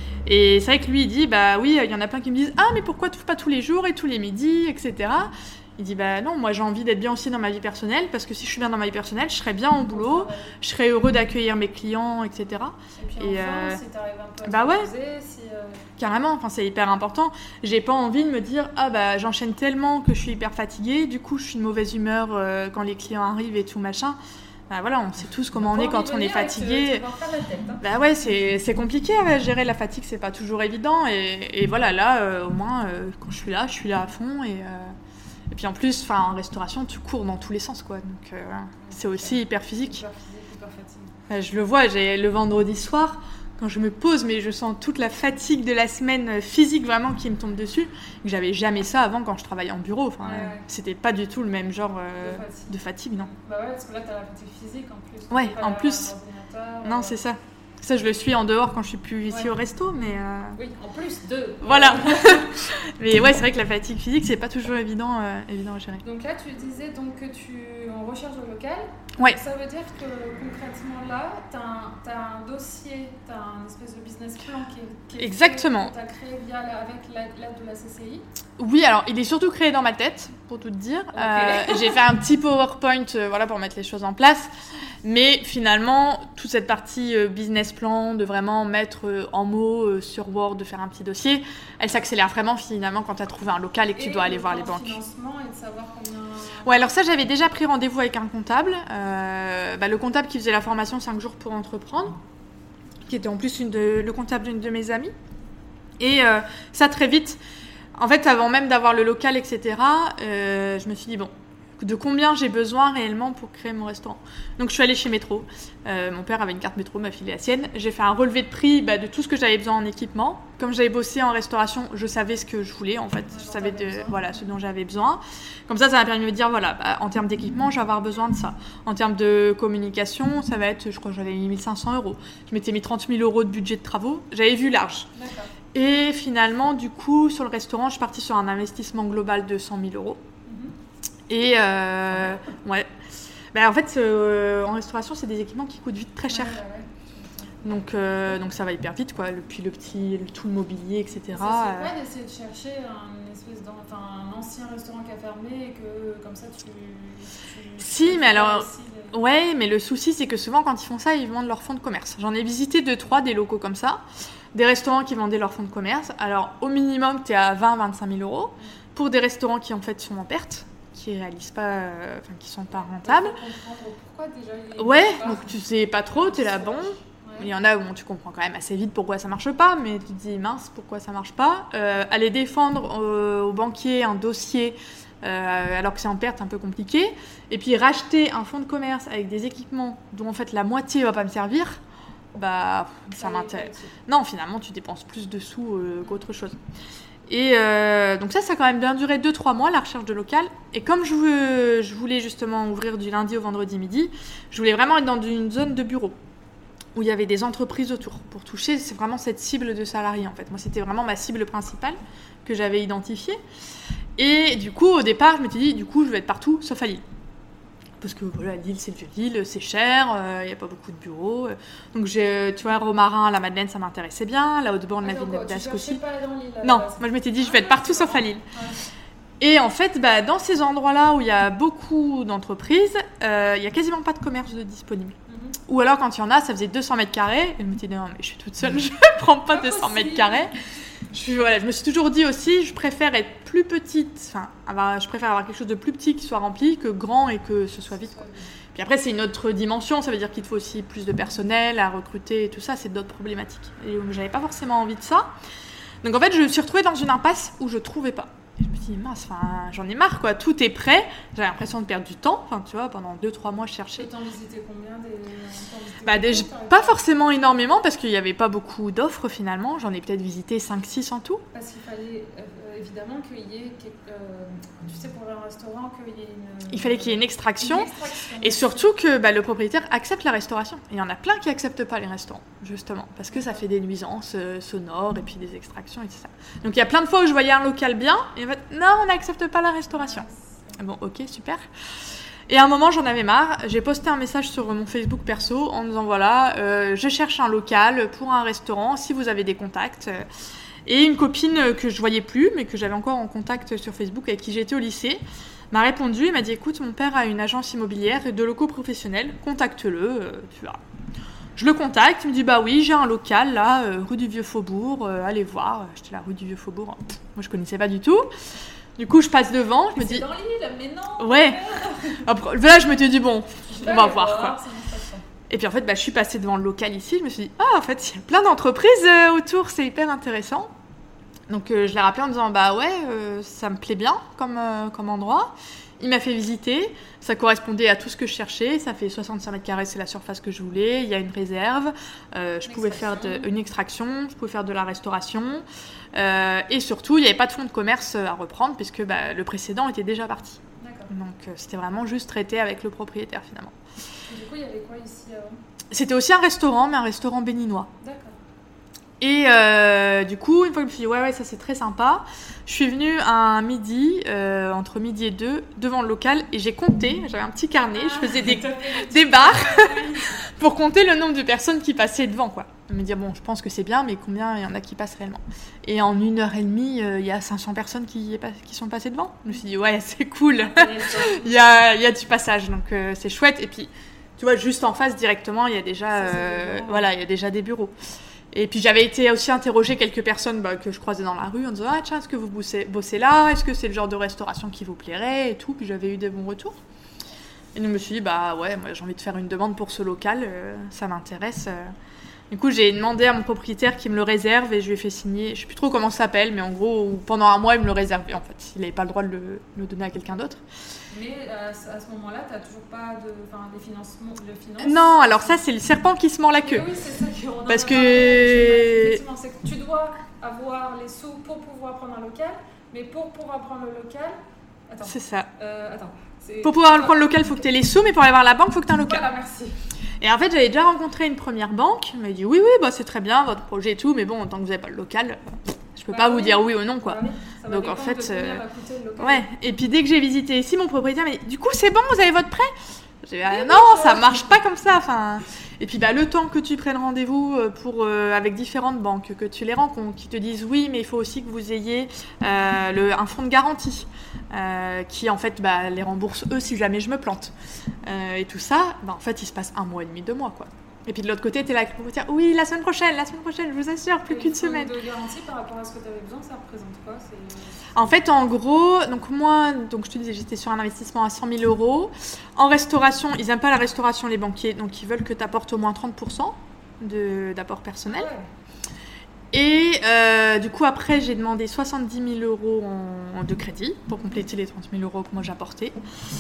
Et c'est vrai que lui, il dit, bah oui, il y en a plein qui me disent, ah, mais pourquoi tu fais pas tous les jours et tous les midis, et cetera. Il dit, bah non, moi j'ai envie d'être bien aussi dans ma vie personnelle, parce que si je suis bien dans ma vie personnelle, je serai bien au boulot, je serai heureux d'accueillir mes clients, et cetera. Et puis Et, enfin, euh, si t'arrives un peu à bah te ouais. reposer, si, euh, Carrément, enfin, c'est hyper important. J'ai pas envie de me dire ah bah j'enchaîne tellement que je suis hyper fatiguée, du coup je suis de mauvaise humeur euh, quand les clients arrivent et tout machin. Bah voilà, on sait tous comment on faut est en quand on est revenir et tu- fatigué. tu vas en faire la tête, hein. Bah ouais, c'est, c'est compliqué à gérer la fatigue, c'est pas toujours évident. Et, et voilà, là euh, au moins euh, quand je suis là, je suis là à fond. Et, euh, et puis en plus, enfin en restauration, tu cours dans tous les sens quoi. Donc euh, c'est aussi hyper physique. Hyper physique, hyper fatigué. Euh, Je le vois, j'ai le vendredi soir. quand je me pose, mais je sens toute la fatigue de la semaine physique vraiment qui me tombe dessus, que j'avais jamais ça avant quand je travaillais en bureau. Enfin, Ouais, euh, ouais. c'était pas du tout le même genre euh, De fatigue. de fatigue, non. Bah ouais, parce que là, t'as la fatigue physique en plus. Ouais, T'es pas en derrière plus. un ordinateur, Non, euh, c'est ça. Ça, je le suis en dehors quand je suis plus ici Ouais. au resto, mais... euh, Oui, en plus de. Voilà. Mais ouais, c'est vrai que la fatigue physique, c'est pas toujours évident, euh, évident à gérer. Donc là, tu disais donc que tu en recherche de local. Ouais. Ça veut dire que concrètement là, tu as un, t'as un dossier, tu as un espèce de business plan qui est, qui est Exactement. fait, que tu as créé via la- avec la- l'aide de la C C I. Oui, alors il est surtout créé dans ma tête, pour tout te dire. Ok. Euh, j'ai fait un petit PowerPoint euh, voilà, pour mettre les choses en place. Mais finalement, toute cette partie euh, business plan, de vraiment mettre euh, en mots euh, sur Word, de faire un petit dossier, elle s'accélère vraiment finalement quand tu as trouvé un local et que tu Et dois aller le voir plan les de banques. financement et de savoir combien. Ouais, alors ça, j'avais déjà pris rendez-vous avec un comptable. Euh, bah, le comptable qui faisait la formation cinq jours pour entreprendre, qui était en plus une de, le comptable d'une de mes amies. Et euh, ça, très vite, en fait, avant même d'avoir le local, et cetera, euh, je me suis dit, bon, de combien j'ai besoin réellement pour créer mon restaurant. Donc, je suis allée chez Métro. Euh, mon père avait une carte Métro, ma fille est la sienne. J'ai fait un relevé de prix bah, de tout ce que j'avais besoin en équipement. Comme j'avais bossé en restauration, je savais ce que je voulais, en fait. Je savais de, voilà, ce dont j'avais besoin. Comme ça, ça m'a permis de me dire, voilà, bah, en termes d'équipement, je vais avoir besoin de ça. En termes de communication, ça va être, je crois que j'avais mis mille cinq cents euros. Je m'étais mis trente mille euros de budget de travaux. J'avais vu large. D'accord. Et finalement, du coup, sur le restaurant, je suis partie sur un investissement global de cent mille euros. Mhm. Et euh, ouais. Ben, en fait, euh, en restauration, c'est des équipements qui coûtent vite très cher. Ouais, ouais, ouais. Donc, euh, donc ça va hyper vite, quoi. Le, puis le petit, le, tout le mobilier, et cetera. Ça euh. serait pas d'essayer de chercher un, espèce d'en- enfin, un ancien restaurant qui a fermé et que comme ça tu. tu Si, tu mais fais alors- aussi les- Ouais, mais le souci, c'est que souvent, quand ils font ça, ils vendent leur fonds de commerce. J'en ai visité deux, trois, des locaux comme ça. Des restaurants qui vendaient leur fonds de commerce. Alors, au minimum, tu es à vingt à vingt-cinq mille euros. Pour des restaurants qui, en fait, sont en perte, qui réalisent pas, euh, enfin, qui sont pas rentables. Faut comprendre pourquoi déjà. il- Ouais, il- donc tu sais pas trop, t'es là, bon. Il y Ouais. en a où bon, tu comprends quand même assez vite pourquoi ça marche pas, mais tu te dis mince, pourquoi ça marche pas. Euh, aller défendre euh, au banquier un dossier euh, alors que c'est en perte, c'est un peu compliqué. Et puis racheter un fonds de commerce avec des équipements dont en fait la moitié va pas me servir, bah ça y est, m'intéresse. là-dessus. Non, finalement tu dépenses plus de sous euh, qu'autre chose. Et euh, donc ça, ça a quand même bien duré deux trois mois, la recherche de local. Et comme je, veux- je voulais justement ouvrir du lundi au vendredi midi, je voulais vraiment être dans une zone de bureau où il y avait des entreprises autour pour toucher, c'est vraiment cette cible de salariés en fait. Moi, c'était vraiment ma cible principale que j'avais identifiée. Et du coup, au départ, je m'étais dit, du coup, je vais être partout sauf à Lille. Parce que voilà, Lille, c'est le vieux Lille, c'est cher, il n'y a pas beaucoup de bureaux. euh. Donc, j'ai, tu vois, Romarin, la Madeleine, ça m'intéressait bien. La Haute-Borne, la Ah, donc, Villeneuve tu d'Ascq cherchais aussi. pas dans l'île, à la Non, base. moi je m'étais dit, je vais être partout sauf à Lille. Ouais. Et en fait, bah, dans ces endroits-là où il y a beaucoup d'entreprises, euh, il n'y a quasiment pas de commerce de disponible. Mhm. Ou alors, quand il y en a, ça faisait deux cents mètres carrés. Et je me disais, non, mais je suis toute seule, je ne prends pas Pas deux cents mètres possible. carrés. Je, suis- voilà, je me suis toujours dit aussi, je préfère être plus petite, enfin, avoir- je préfère avoir quelque chose de plus petit qui soit rempli que grand et que ce soit vite, quoi. Puis après, c'est une autre dimension, ça veut dire qu'il te faut aussi plus de personnel à recruter et tout ça, c'est d'autres problématiques. Et donc, j'avais pas forcément envie de ça. Donc en fait, je me suis retrouvée dans une impasse où je trouvais pas. Et je me suis dit, mince, enfin, j'en ai marre, quoi. Tout est prêt. J'avais l'impression de perdre du temps. Enfin, tu vois, pendant deux trois mois, je cherchais. Et t'en visitais combien des... t'en visitais Bah, beaucoup, déjà, t'arrives pas forcément énormément parce qu'il n'y avait pas beaucoup d'offres finalement. J'en ai peut-être visité cinq six en tout. Parce qu'il fallait euh, évidemment qu'il y ait, quelque- euh, tu sais, pour un restaurant, qu'il y ait une... Il fallait qu'il y ait une extraction. Une extraction. Et surtout que bah, le propriétaire accepte la restauration. Il y en a plein qui acceptent pas les restaurants, justement, parce que ça fait des nuisances euh, sonores et puis des extractions et tout ça. Donc il y a plein de fois où je voyais un local bien et en fait, non, on n'accepte pas la restauration. Bon, ok, super. Et à un moment, j'en avais marre. J'ai posté un message sur mon Facebook perso en disant voilà, euh, je cherche un local pour un restaurant, si vous avez des contacts. Et une copine que je voyais plus, mais que j'avais encore en contact sur Facebook, avec qui j'étais au lycée, m'a répondu et m'a dit écoute, mon père a une agence immobilière et de locaux professionnels, contacte-le, euh, tu verras. Je le contacte, il me dit bah oui, j'ai un local là, euh, rue du Vieux Faubourg, euh, allez voir. J'étais là, rue du Vieux Faubourg, pff, moi je connaissais pas du tout. Du coup, je passe devant, je me C'est dis dans l'île, mais non. ouais. Après, là, je me suis dit bon, Je on vais va aller voir quoi. c'est mon station. Et puis en fait, bah, je suis passée devant le local ici, je me suis dit ah, en fait, il y a plein d'entreprises euh, autour, c'est hyper intéressant. Donc euh, je l'ai rappelé en disant bah ouais, euh, ça me plaît bien comme, euh, comme endroit. il m'a fait visiter, ça correspondait à tout ce que je cherchais, ça fait soixante-cinq mètres carrés, c'est la surface que je voulais, il y a une réserve, euh, je pouvais faire de, une extraction, je pouvais faire de la restauration, euh, et surtout, il n'y avait pas de fonds de commerce à reprendre, puisque bah, le précédent était déjà parti. D'accord. Donc euh, c'était vraiment juste traité avec le propriétaire finalement. Et du coup, il y avait quoi ici avant ? C'était aussi un restaurant, mais un restaurant béninois. D'accord. Et euh, du coup, une fois que je me suis dit, ouais, ouais, ça c'est très sympa, je suis venue un midi, euh, entre midi et deux, devant le local et j'ai compté, j'avais un petit carnet, ah, je faisais des, des barres pour compter le nombre de personnes qui passaient devant, quoi. Je me dire, bon, je pense que c'est bien, mais combien il y en a qui passent réellement ? Et en une heure et demie, euh, il y a cinq cents personnes qui, qui sont passées devant. Je me suis dit, ouais, c'est cool, il y a, il y a du passage, donc euh, c'est chouette. Et puis, tu vois, juste en face, directement, il y a déjà, ça, euh, voilà, il y a déjà des bureaux. Et puis j'avais été aussi interroger quelques personnes bah, que je croisais dans la rue en disant « Ah tiens, est-ce que vous bossez, bossez là ? Est-ce que c'est le genre de restauration qui vous plairait ?» et tout. Puis j'avais eu des bons retours. Et donc je me suis dit « Bah ouais, moi j'ai envie de faire une demande pour ce local, euh, ça m'intéresse. Euh. » Du coup, j'ai demandé à mon propriétaire qu'il me le réserve et je lui ai fait signer. Je sais plus trop comment ça s'appelle, mais en gros, pendant un mois, il me le réservait en fait. Il n'avait pas le droit de le, le donner à quelqu'un d'autre. Mais euh, à ce moment-là, tu n'as toujours pas de, les financements, le finance. Non, alors ça, c'est le serpent qui se mord la queue. Oui, c'est ça qu'on Parce a que... Effectivement, c'est que tu dois avoir les sous pour pouvoir prendre un local, mais pour pouvoir prendre le local... Attends. C'est ça. Euh, attends. C'est... Pour pouvoir prendre le local, il faut que tu aies les sous, mais pour aller voir la banque, il faut que tu aies un local. Voilà, merci. Et en fait, j'avais déjà rencontré une première banque. Elle m'a dit oui, oui, bah, c'est très bien, votre projet et tout, mais bon, tant que vous n'avez pas le local, je peux bah, pas oui. vous dire oui ou non, quoi. Bah, oui. Donc en fait, euh... ouais. Et puis dès que j'ai visité ici, mon propriétaire m'a dit du coup, c'est bon, vous avez votre prêt ? J'ai dit ah, non, ça marche pas comme ça. Enfin, et puis bah le temps que tu prennes rendez-vous pour euh, avec différentes banques, que tu les rencontres, qui te disent oui, mais il faut aussi que vous ayez euh, le, un fonds de garantie euh, qui en fait bah, les rembourse eux si jamais je me plante euh, et tout ça. Bah, en fait, il se passe un mois et demi, deux mois quoi. Et puis de l'autre côté, t'es là avec le propriétaire. Oui, la semaine prochaine, la semaine prochaine, je vous assure, plus et qu'une semaine. Le fonds de garantie par rapport à ce que tu avais besoin, ça représente quoi ? C'est... En fait, en gros, donc moi, donc je te disais, j'étais sur un investissement à cent mille euros. En restauration, ils n'aiment pas la restauration, les banquiers, donc ils veulent que tu apportes au moins trente pour cent de, d'apport personnel. Ouais. Et euh, du coup, après, j'ai demandé soixante-dix mille euros en, en de crédit pour compléter les trente mille euros que moi j'apportais.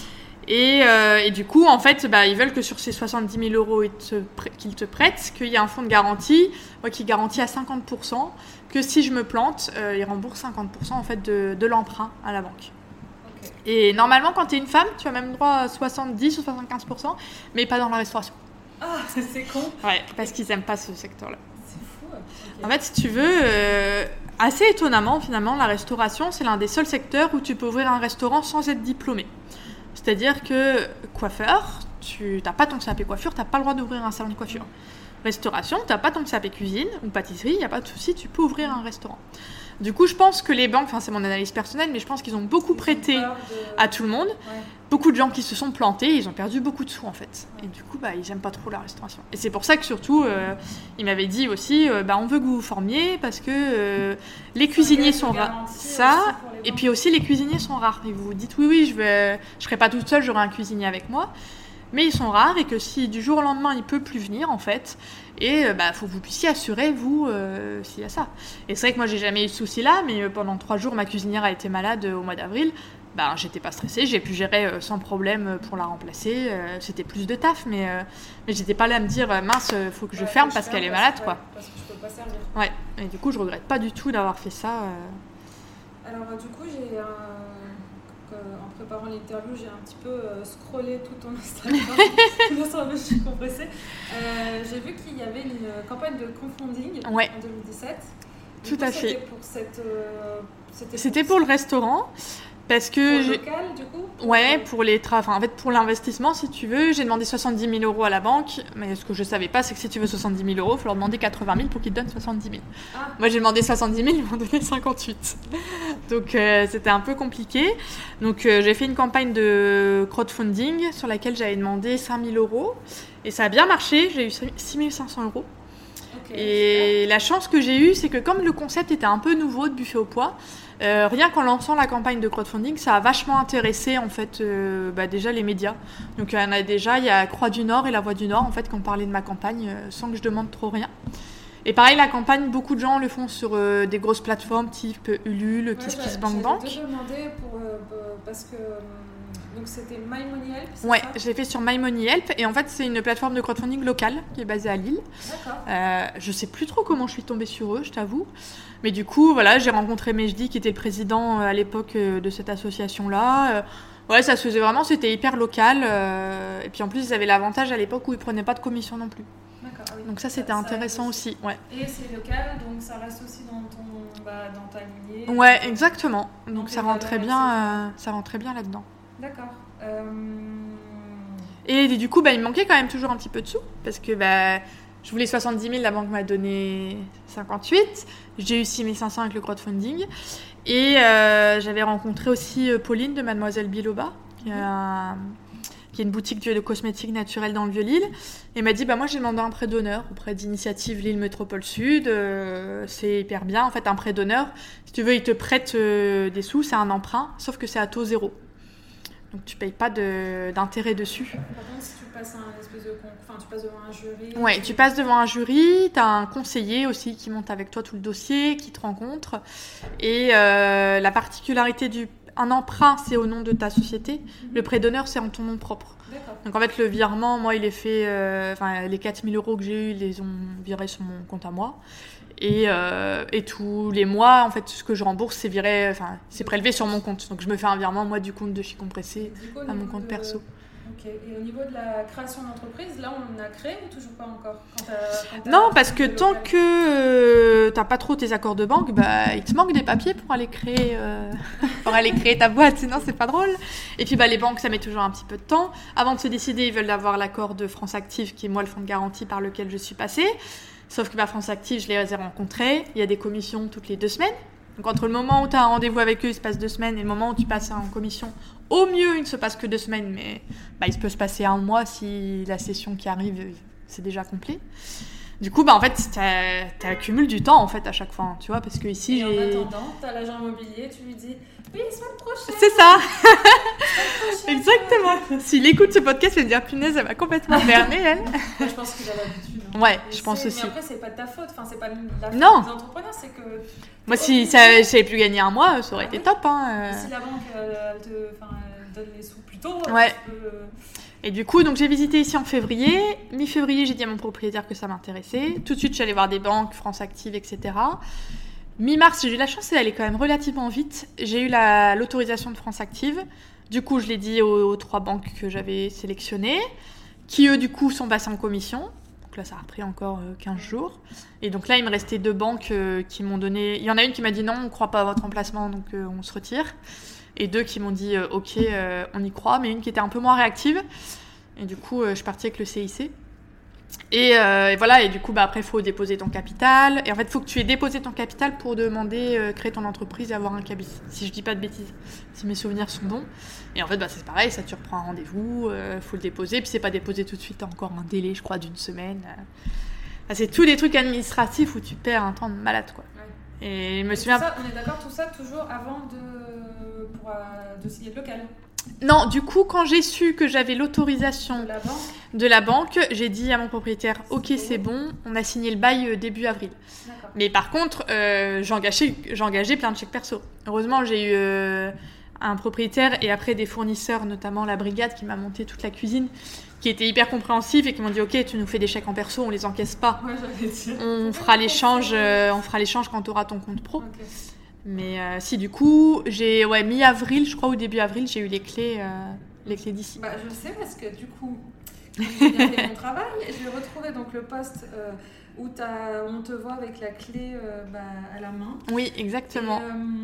Et, euh, et du coup, en fait, bah, ils veulent que sur ces soixante-dix mille euros qu'ils te prêtent, qu'il y ait un fonds de garantie ouais, qui garantit à cinquante pour cent que si je me plante, euh, ils remboursent cinquante pour cent en fait, de, de l'emprunt à la banque. Okay. Et normalement, quand tu es une femme, tu as même droit à soixante-dix ou soixante-quinze pour cent, mais pas dans la restauration. Ah, c'est con. Ouais, parce qu'ils n'aiment pas ce secteur-là. C'est fou. Okay. En fait, si tu veux... Euh, assez étonnamment, finalement, la restauration, c'est l'un des seuls secteurs où tu peux ouvrir un restaurant sans être diplômé. C'est-à-dire que coiffeur, tu n'as pas ton C A P coiffure, tu n'as pas le droit d'ouvrir un salon de coiffure. Restauration, tu n'as pas ton C A P cuisine ou pâtisserie, il n'y a pas de souci, tu peux ouvrir un restaurant. Du coup, je pense que les banques, enfin c'est mon analyse personnelle, mais je pense qu'ils ont beaucoup ils prêté de... à tout le monde. Ouais. Beaucoup de gens qui se sont plantés, ils ont perdu beaucoup de sous en fait. Ouais. Et du coup, bah, ils n'aiment pas trop la restauration. Et c'est pour ça que surtout, euh, ils m'avaient dit aussi, euh, bah, on veut que vous vous formiez parce que euh, les ça cuisiniers sont rares. Ça, et puis aussi les cuisiniers sont rares. Et vous vous dites, oui, oui, je ne je serai pas toute seule, j'aurai un cuisinier avec moi. Mais ils sont rares et que si du jour au lendemain, il ne peut plus venir en fait, et il bah, faut que vous puissiez assurer, vous, euh, s'il y a ça. Et c'est vrai que moi, j'ai jamais eu ce souci-là, mais euh, pendant trois jours, ma cuisinière a été malade euh, au mois d'avril. Bah, j'étais pas stressée, j'ai pu gérer euh, sans problème pour la remplacer. Euh, c'était plus de taf, mais, euh, mais j'étais pas là à me dire euh, mince, il faut que je ouais, ferme parce qu'elle est malade, ouais, quoi. Parce que je peux pas servir. Ouais, et du coup, je regrette pas du tout d'avoir fait ça. Euh... Alors, du coup, j'ai un... en préparant l'interview, j'ai un petit peu euh, scrollé tout ton Instagram, tout l'ensemble, je suis compressée. Euh, j'ai vu qu'il y avait une campagne de crowdfunding ouais. en deux mille dix-sept. Tout coup, à c'était fait. Pour cette, euh, c'était, c'était pour, pour le restaurant. Parce que pour le local, du coup pour Ouais, pour les tra... enfin, en fait, pour l'investissement, si tu veux, j'ai demandé soixante-dix mille euros à la banque, mais ce que je savais pas, c'est que si tu veux soixante-dix mille euros, il faut leur demander quatre-vingt mille pour qu'ils te donnent soixante-dix mille. Ah. Moi, j'ai demandé soixante-dix mille, ils m'ont donné cinquante-huit. Donc, euh, c'était un peu compliqué. Donc, euh, j'ai fait une campagne de crowdfunding sur laquelle j'avais demandé cinq mille euros. Et ça a bien marché, j'ai eu six mille cinq cents euros. Okay, et super. La chance que j'ai eue, c'est que comme le concept était un peu nouveau de buffet au poids, Euh, rien qu'en lançant la campagne de crowdfunding, ça a vachement intéressé en fait euh, bah, déjà les médias. Donc il y en a déjà, il y a Croix du Nord et La Voix du Nord en fait qui ont parlé de ma campagne euh, sans que je demande trop rien. Et pareil, la campagne, beaucoup de gens le font sur euh, des grosses plateformes type Ulule, ouais, KissKissBankBank. J'ai demandé pour, euh, parce que Donc c'était My Money Help, c'est Ouais, ça je l'ai fait sur My Money Help. Et en fait, c'est une plateforme de crowdfunding locale qui est basée à Lille. D'accord. Euh, je sais plus trop comment je suis tombée sur eux, je t'avoue. Mais du coup, voilà, j'ai rencontré Mejdi, qui était le président euh, à l'époque euh, de cette association-là. Euh, ouais, ça se faisait vraiment, c'était hyper local. Euh, et puis en plus, ils avaient l'avantage à l'époque où ils prenaient pas de commission non plus. D'accord. Ah oui. Donc ça, c'était ça intéressant aussi. Ouais. Et c'est local, donc ça reste aussi dans ton, bah, dans ta lignée. Ouais, exactement. Donc Donc ça les rentrait valeurs, bien, euh, ça rentrait bien là-dedans. D'accord. Euh... Et du coup, bah, il me manquait quand même toujours un petit peu de sous parce que bah, je voulais soixante-dix mille, la banque m'a donné cinquante-huit. J'ai eu six mille cinq cents avec le crowdfunding. Et euh, j'avais rencontré aussi Pauline de Mademoiselle Biloba, qui est, un, qui est une boutique de cosmétiques naturels dans le Vieux-Lille. Et elle m'a dit, bah, moi j'ai demandé un prêt d'honneur auprès d'Initiative Lille Métropole Sud. Euh, c'est hyper bien. En fait, un prêt d'honneur, si tu veux, ils te prêtent euh, des sous, c'est un emprunt, sauf que c'est à taux zéro. Donc tu payes pas de, d'intérêt dessus. Par contre, si tu passes un espèce de concours, enfin tu passes devant un jury. Ouais, tu passes devant un jury, t'as un conseiller aussi qui monte avec toi tout le dossier, qui te rencontre. Et euh, la particularité du un emprunt, c'est au nom de ta société. Mm-hmm. Le prêt d'honneur, c'est en ton nom propre. D'accord. Donc en fait, le virement, moi, il est fait. Enfin, euh, les quatre mille euros que j'ai eu, ils les ont virés sur mon compte à moi. Et, euh, et tous les mois, en fait, ce que je rembourse, c'est viré, enfin, c'est prélevé sur mon compte. Donc je me fais un virement, moi, du compte de chez Compressé à mon compte de... perso. Ok. Et au niveau de la création d'entreprise, là, on a créé ou toujours pas encore quand t'as, quand t'as Non, parce que tant local. que euh, t'as pas trop tes accords de banque, bah, il te manque des papiers pour aller créer, euh, pour aller créer ta boîte, sinon c'est pas drôle. Et puis bah, les banques, ça met toujours un petit peu de temps. Avant de se décider, ils veulent avoir l'accord de France Active, qui est moi le fonds de garantie par lequel je suis passée. Sauf que bah, France Active, je les ai rencontrés. Il y a des commissions toutes les deux semaines. Donc entre le moment où tu as un rendez-vous avec eux, il se passe deux semaines, et le moment où tu passes en commission, au mieux, il ne se passe que deux semaines, mais bah, il peut se passer un mois si la session qui arrive, c'est déjà complet. Du coup, bah, en fait, tu accumules du temps en fait, à chaque fois, tu vois, parce que ici, et j'ai... en attendant, tu as l'agent immobilier, tu lui dis « Oui, semaine prochaine !» C'est ça. Exactement. S'il écoute ce podcast, il va me dire « Punaise, elle va complètement berner, elle !» Moi, je pense qu'il a l'habitude. Hein. Ouais, et je pense aussi. Mais après, c'est pas de ta faute, enfin, c'est pas la faute non. des entrepreneurs, c'est que... Moi, si ça, j'avais pu gagner un mois, ça aurait ah, été oui. top. Hein. Si la banque, elle te, elle donne les sous plus tôt, ouais. tu peux... Et du coup, donc j'ai visité ici en février. Mi-février, j'ai dit à mon propriétaire que ça m'intéressait. Tout de suite, je suis allée voir des banques, France Active, et cetera. Mi-mars, j'ai eu la chance d'aller quand même relativement vite. J'ai eu la, l'autorisation de France Active. Du coup, je l'ai dit aux, aux trois banques que j'avais sélectionnées, qui eux, du coup, sont passées en commission. Donc là, ça a repris encore euh, quinze jours. Et donc là, il me restait deux banques euh, qui m'ont donné... Il y en a une qui m'a dit non, on ne croit pas à votre emplacement, donc euh, on se retire. Et deux qui m'ont dit euh, ok, euh, on y croit, mais une qui était un peu moins réactive. Et du coup, euh, je suis partie avec le C I C. Et, euh, et voilà, et du coup, bah, après, il faut déposer ton capital. Et en fait, il faut que tu aies déposé ton capital pour demander, euh, créer ton entreprise et avoir un cabis. Si je dis pas de bêtises, si mes souvenirs sont bons. Et en fait, bah, c'est pareil, ça, tu reprends un rendez-vous, il euh, faut le déposer. Puis c'est pas déposé tout de suite, t'as encore un délai, je crois, d'une semaine. Enfin, c'est tous des trucs administratifs où tu perds un temps de malade, quoi. Ouais. Et je me et souviens... Ça, on est d'accord, tout ça toujours avant de, pour, euh, de signer le local. Non, du coup, quand j'ai su que j'avais l'autorisation de la banque, de la banque j'ai dit à mon propriétaire « Ok, c'est bon, on a signé le bail début avril. » Mais par contre, euh, j'engageais, j'engageais plein de chèques perso. Heureusement, j'ai eu euh, un propriétaire et après des fournisseurs, notamment la brigade qui m'a monté toute la cuisine, qui étaient hyper compréhensifs et qui m'ont dit « Ok, tu nous fais des chèques en perso, on les encaisse pas. Ouais, j'avais dit. On fera l'échange, euh, on fera l'échange quand tu auras ton compte pro. Okay. » Mais euh, si, du coup, j'ai, ouais, mi-avril, je crois, ou début avril, j'ai eu les clés, euh, les clés d'ici. Bah, je sais parce que du coup, j'ai bien fait mon travail. J'ai retrouvé donc le poste euh, où on te voit avec la clé euh, bah, à la main. Oui, exactement.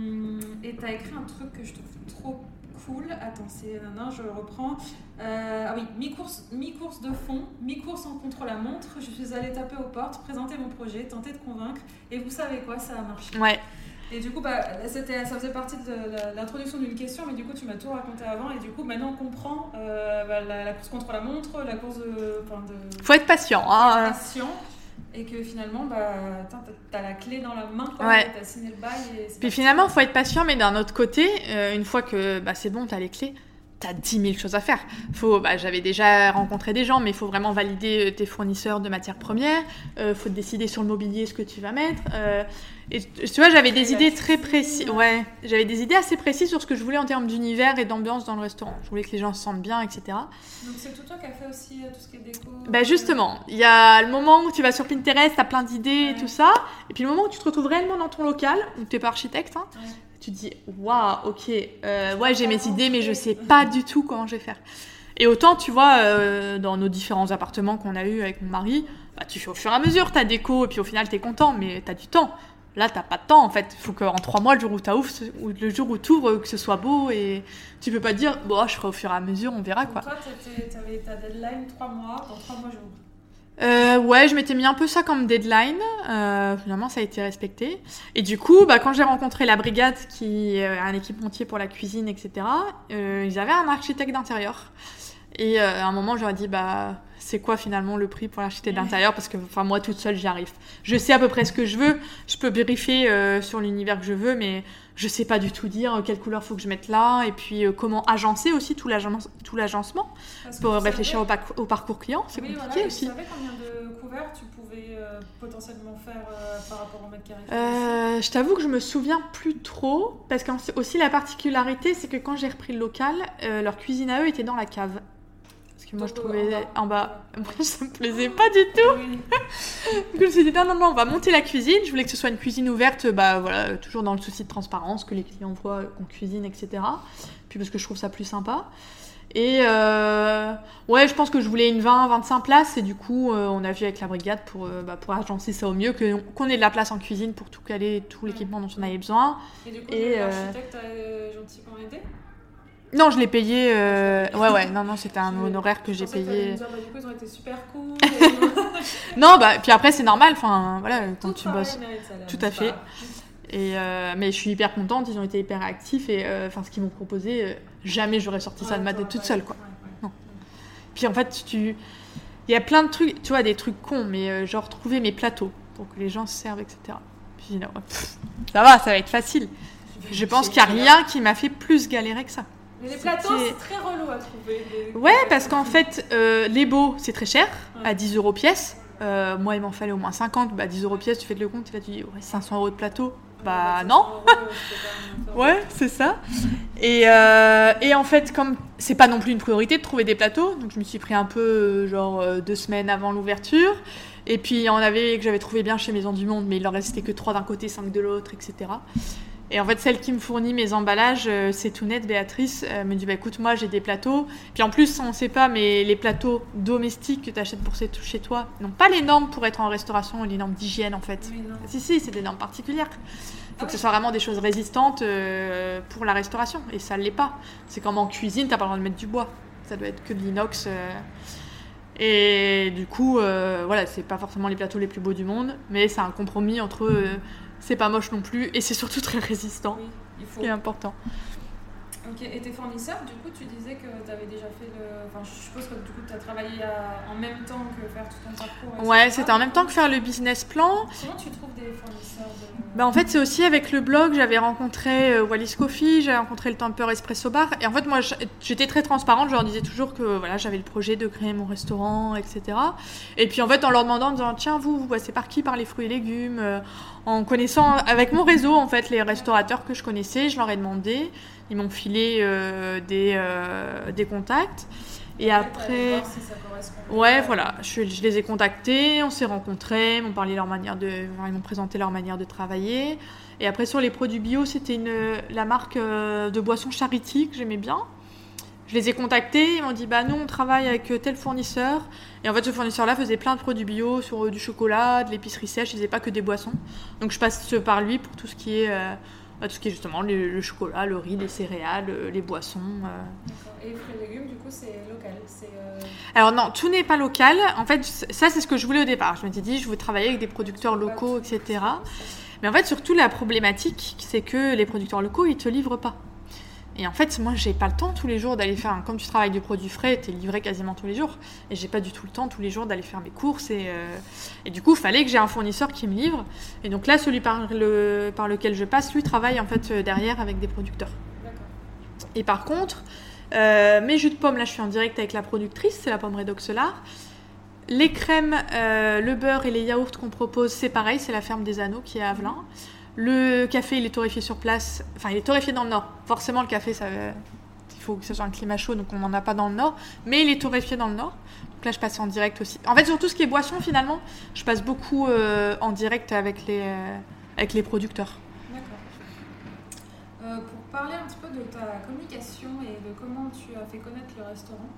Et tu as euh, écrit un truc que je trouve trop cool. Attends, c'est... Non, non, je reprends. Euh, ah oui, mi-course, mi-course de fond, mi-course en contre-la-montre. Je suis allée taper aux portes, présenter mon projet, tenter de convaincre. Et vous savez quoi, ça a marché. Ouais. Et du coup, bah, c'était, ça faisait partie de la, l'introduction d'une question, mais du coup, tu m'as tout raconté avant. Et du coup, maintenant, on comprend euh, bah, la, la course contre la montre, la course de... Enfin, de faut être patient. Hein. Être patient. Et que finalement, bah, t'as, t'as la clé dans la main, quoi, ouais. T'as signé le bail. Et puis finalement, il faut être patient, mais d'un autre côté, euh, une fois que bah, c'est bon, t'as les clés, t'as dix mille choses à faire. Faut, bah, j'avais déjà rencontré des gens, mais il faut vraiment valider tes fournisseurs de matières premières. Il euh, faut décider sur le mobilier ce que tu vas mettre. Euh, et tu vois, j'avais des idées très précises. Ouais, j'avais des idées assez précises sur ce que je voulais en termes d'univers et d'ambiance dans le restaurant. Je voulais que les gens se sentent bien, et cetera. Donc c'est tout toi qui as fait aussi euh, tout ce qui est déco. Bah justement, il y a le moment où tu vas sur Pinterest, t'as plein d'idées ouais. et tout ça, et puis le moment où tu te retrouves réellement dans ton local, où t'es pas architecte, hein, ouais. tu te dis waouh, ok, euh, ouais j'ai mes idées, mais je sais pas du tout comment je vais faire. Et autant tu vois, euh, dans nos différents appartements qu'on a eu avec mon mari, bah, tu fais au fur et à mesure ta déco, et puis au final t'es content, mais t'as du temps. Là, t'as pas de temps, en fait. Il faut qu'en trois mois, le jour où t'as ouf, ou le jour où t'ouvres, que ce soit beau, et tu peux pas dire, bon, je ferai au fur et à mesure, on verra, quoi. Donc toi, t'avais ta deadline trois mois, dans trois mois, j'ouvre. Euh, ouais, je m'étais mis un peu ça comme deadline. Euh, finalement, ça a été respecté. Et du coup, bah, quand j'ai rencontré la brigade, qui est un équipementier pour la cuisine, et cetera, euh, ils avaient un architecte d'intérieur. Et euh, à un moment, je leur ai dit, bah, c'est quoi finalement le prix pour l'architecte d'intérieur ? Parce que enfin, moi, toute seule, j'y arrive. Je sais à peu près ce que je veux. Je peux briefer euh, sur l'univers que je veux, mais je sais pas du tout dire euh, quelle couleur faut que je mette là. Et puis, euh, comment agencer aussi tout, l'agen- tout l'agencement pour réfléchir savais... au, pa- au parcours client. C'est oui, compliqué voilà, aussi. Tu savais combien de couverts tu pouvais euh, potentiellement faire euh, par rapport au mètre carré ? euh, Je t'avoue que je me souviens plus trop. Parce qu'aussi, la particularité, c'est que quand j'ai repris le local, euh, leur cuisine à eux était dans la cave. Que moi, donc, je trouvais en bas. En bas. Moi, ça me plaisait pas du tout. Oui. Donc, je me suis dit, non, non, non, on va monter la cuisine. Je voulais que ce soit une cuisine ouverte, bah, voilà, toujours dans le souci de transparence, que les clients voient qu'on cuisine, et cetera. Puis parce que je trouve ça plus sympa. Et euh, ouais, je pense que je voulais une vingt à vingt-cinq places. Et du coup, euh, on a vu avec la brigade pour, euh, bah, pour agencer ça au mieux, que, qu'on ait de la place en cuisine pour tout caler, tout l'équipement dont on avait besoin. Et du coup, et, l'architecte euh... a gentiment aidé ? Non, je l'ai payé. Euh... Ouais, ouais, non, non, c'était un honoraire que j'ai payé. Dire, bah, du coup, ils ont été super cool. Non, bah, puis après, c'est normal. Enfin, voilà, quand tout tu bosses. Tout à fait. Et euh, mais je suis hyper contente. Ils ont été hyper actifs et enfin, euh, ce qu'ils m'ont proposé, euh, jamais j'aurais sorti ouais, ça de ma tête toute seule, quoi. Ouais, ouais. Non. Puis en fait, tu, il y a plein de trucs, tu vois, des trucs cons, mais euh, genre trouver mes plateaux pour que les gens se servent, et cetera. Puis non, pff, ça va, ça va être facile. Je pense qu'il n'y a rien qui m'a fait plus galérer que ça. Mais les plateaux, C'était... c'est très relou à trouver. Les... Ouais, parce qu'en fait, euh, les beaux, c'est très cher, ouais. à dix euros pièce. Euh, moi, il m'en fallait au moins cinquante. Bah, dix euros pièce, tu fais le compte, et là, tu dis, ouais, cinq cents euros de plateau. Bah, non. Euros, ouais, c'est ça. Et, euh, et en fait, comme c'est pas non plus une priorité de trouver des plateaux, donc je me suis pris un peu, genre, euh, deux semaines avant l'ouverture. Et puis, il y en avait que j'avais trouvé bien chez Maison du Monde, mais il en restait que trois d'un côté, cinq de l'autre, et cetera. Et en fait, celle qui me fournit mes emballages, euh, c'est tout net, Béatrice, euh, me dit bah, écoute, moi j'ai des plateaux. Puis en plus, on ne sait pas, mais les plateaux domestiques que tu achètes pour chez toi n'ont pas les normes pour être en restauration, les normes d'hygiène en fait. Oui, si, si, c'est des normes particulières. Il faut que ce soit vraiment des choses résistantes euh, pour la restauration. Et ça ne l'est pas. C'est comme en cuisine, tu n'as pas le droit de mettre du bois. Ça doit être que de l'inox. Euh... Et du coup, euh, voilà, c'est pas forcément les plateaux les plus beaux du monde, mais c'est un compromis entre. Euh, c'est pas moche non plus, et c'est surtout très résistant, oui, il faut. Ce qui est important. Ok, et tes fournisseurs, du coup, tu disais que tu avais déjà fait le... Enfin, je suppose que du coup, tu as travaillé à... en même temps que faire tout ton parcours. Ouais, c'était en même temps que faire le business plan. Comment tu trouves des fournisseurs de... Bah, en fait, c'est aussi avec le blog, j'avais rencontré euh, Wallis Coffee, j'avais rencontré le Temper Espresso Bar, et en fait, moi, j'étais très transparente, je leur disais toujours que voilà, j'avais le projet de créer mon restaurant, et cetera. Et puis, en fait, en leur demandant, en disant, tiens, vous, vous passez par qui ? Par les fruits et légumes euh, En connaissant, avec mon réseau, en fait, les restaurateurs que je connaissais, je leur ai demandé. Ils m'ont filé euh, des, euh, des contacts. Et après... Voir si ça correspond. Ouais, voilà. Je, je les ai contactés, on s'est rencontrés, ils m'ont parlé leur manière de... Enfin, ils m'ont présenté leur manière de travailler. Et après, sur les produits bio, c'était une, la marque euh, de boissons Charity que j'aimais bien. Je les ai contactés, ils m'ont dit, bah nous, on travaille avec tel fournisseur. Et en fait, ce fournisseur-là faisait plein de produits bio, sur euh, du chocolat, de l'épicerie sèche, il faisait pas que des boissons. Donc, je passe par lui pour tout ce qui est... Euh, tout ce qui est justement le, le chocolat, le riz, les céréales, les boissons. Euh. D'accord. Et les fruits et légumes, du coup, c'est local c'est, euh... Alors non, tout n'est pas local. En fait, ça, c'est ce que je voulais au départ. Je m'étais dit, je veux travailler avec des producteurs locaux, et cetera. Mais en fait, surtout, la problématique, c'est que les producteurs locaux, ils ne te livrent pas. Et en fait, moi, j'ai pas le temps tous les jours d'aller faire... Un... Comme tu travailles du produit frais, t'es livré quasiment tous les jours. Et j'ai pas du tout le temps tous les jours d'aller faire mes courses. Et, euh... et du coup, il fallait que j'ai un fournisseur qui me livre. Et donc là, celui par, le... par lequel je passe, lui, travaille en fait derrière avec des producteurs. D'accord. Et par contre, Euh, mes jus de pommes, là je suis en direct avec la productrice, c'est la pomme Redox Solar. Les crèmes, euh, le beurre et les yaourts qu'on propose, c'est pareil, c'est la ferme des Anneaux qui est à Avelin. Le café, il est torréfié sur place, enfin il est torréfié dans le nord. Forcément, le café, ça, il faut que ce soit un climat chaud, donc on n'en a pas dans le nord, mais il est torréfié dans le nord. Donc là, je passe en direct aussi. En fait, sur tout ce qui est boisson, finalement, je passe beaucoup euh, en direct avec les, euh, avec les producteurs. D'accord. Euh, pour parler un petit peu de ta communication et de comment tu as fait connaître le restaurant,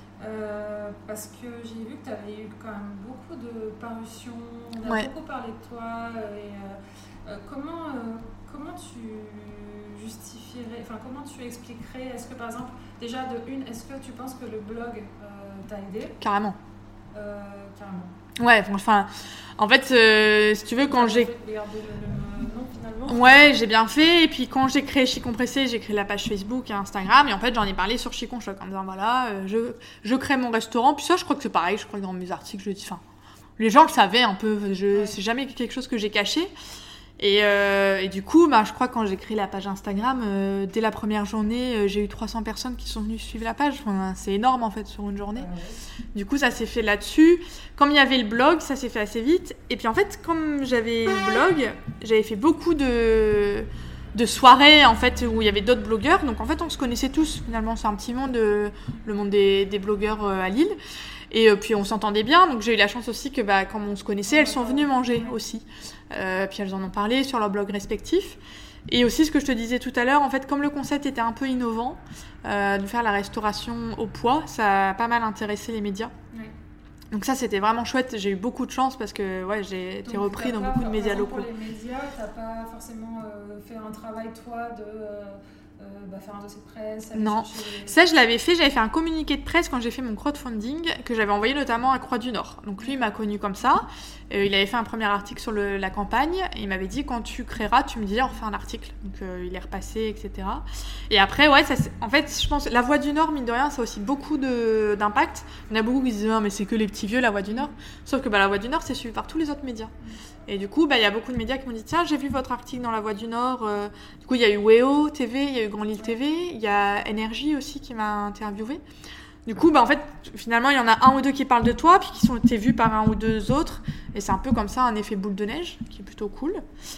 Euh, parce que j'ai vu que tu avais eu quand même beaucoup de parutions, on a Ouais. beaucoup parlé de toi. Et, euh, euh, comment, euh, comment tu justifierais, enfin comment tu expliquerais, est-ce que par exemple, déjà de une, est-ce que tu penses que le blog euh, t'a aidé? Carrément. Euh, carrément. Ouais, enfin, en fait, euh, si tu veux, quand Tu as j'ai... fait garder le même nom finalement? Ouais, j'ai bien fait. Et puis quand j'ai créé Chicon Pressé, j'ai créé la page Facebook et Instagram. Et en fait, j'en ai parlé sur Chicon Choc en disant voilà, euh, je, je crée mon restaurant. Puis ça, je crois que c'est pareil. Je crois que dans mes articles, je le dis. Enfin, les gens le savaient un peu. Je, Ouais. C'est jamais quelque chose que j'ai caché. Et, euh, et du coup, bah, je crois que quand j'ai créé la page Instagram, euh, dès la première journée, euh, j'ai eu trois cents personnes qui sont venues suivre la page. Enfin, c'est énorme en fait sur une journée. Euh, ouais. Du coup, ça s'est fait là-dessus. Comme il y avait le blog, ça s'est fait assez vite. Et puis en fait, comme j'avais le blog, j'avais fait beaucoup de, de soirées en fait où il y avait d'autres blogueurs. Donc en fait, on se connaissait tous. Finalement, c'est un petit monde, euh, le monde des, des blogueurs euh, à Lille. Et euh, puis on s'entendait bien. Donc j'ai eu la chance aussi que bah, comme on se connaissait, elles sont venues manger aussi. Euh, puis elles en ont parlé sur leurs blogs respectifs. Et aussi ce que je te disais tout à l'heure, en fait, comme le concept était un peu innovant, euh, de faire la restauration au poids, ça a pas mal intéressé les médias. Ouais. Donc ça, c'était vraiment chouette. J'ai eu beaucoup de chance parce que ouais, j'ai été Donc, repris t'as dans pas- beaucoup de médias par exemple, locaux. Pour les médias, tu n'as pas forcément euh, fait un travail, toi, de euh, euh, bah, faire un dossier de presse, aller Non. chercher les- Ça, je l'avais fait. J'avais fait un communiqué de presse quand j'ai fait mon crowdfunding que j'avais envoyé notamment à Croix du Nord. Donc lui, il m'a connu comme ça. Euh, il avait fait un premier article sur le- la campagne et il m'avait dit quand tu créeras, tu me dis, on refait un article. Donc euh, il est repassé, et cetera. Et après, ouais, ça, c'est- en fait, je pense la Voix du Nord, mine de rien, ça a aussi beaucoup de- d'impact. Il y en a beaucoup qui se disent, non, mais c'est que les petits vieux, la Voix du Nord. Sauf que bah, la Voix du Nord, c'est suivi par tous les autres médias. Et du coup, bah, il y a beaucoup de médias qui m'ont dit, tiens, j'ai vu votre article dans la Voix du Nord. Euh, du coup, il y a eu Weo T V, il y a eu Grand Lille T V, il y a Énergie aussi qui m'a interviewé. Du coup, bah, en fait, finalement, il y en a un ou deux qui parlent de toi, puis qui sont été vus par un ou deux autres. Et c'est un peu comme ça, un effet boule de neige, qui est plutôt cool.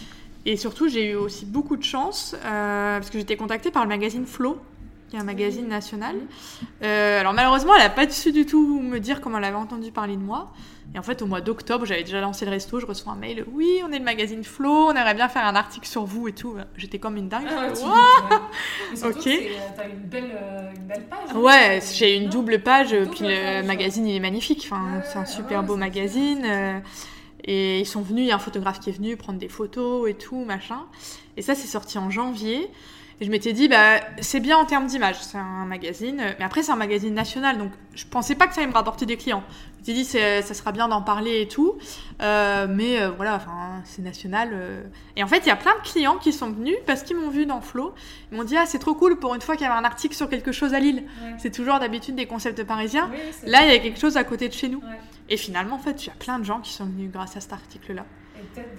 Et surtout, j'ai eu aussi beaucoup de chance, euh, parce que j'étais contactée par le magazine Flo, qui est un magazine national. Euh, alors malheureusement, elle n'a pas su du tout me dire comment elle avait entendu parler de moi. Et en fait, au mois d'octobre, j'avais déjà lancé le resto, je reçois un mail, oui, on est le magazine Flo, on aimerait bien faire un article sur vous et tout. J'étais comme une dingue. Ah, Je tu fais, dis, Ouah ouais. Mais surtout, Ok. c'est, euh, t'as une belle, euh, une belle page. hein. Ouais, C'est- j'ai une non double page, Double puis le page, magazine il est magnifique, enfin, Ouais, c'est un ouais, super ouais, beau c'est magazine. clair, c'est euh, et ils sont venus, il y a un photographe qui est venu prendre des photos et tout, machin. Et ça, c'est sorti en janvier. Et je m'étais dit, bah, c'est bien en termes d'image, c'est un magazine. Mais après, c'est un magazine national, donc je pensais pas que ça allait me rapporter des clients. Je m'étais dit, c'est, ça sera bien d'en parler et tout. Euh, mais euh, voilà, enfin, c'est national. euh. Et en fait, il y a plein de clients qui sont venus parce qu'ils m'ont vu dans Flo. Ils m'ont dit, ah, c'est trop cool pour une fois qu'il y avait un article sur quelque chose à Lille. Ouais. C'est toujours d'habitude des concepts parisiens. Oui, c'est- Là, il y a quelque chose à côté de chez nous. Ouais. Et finalement, en fait, il y a plein de gens qui sont venus grâce à cet article-là. Et peut-être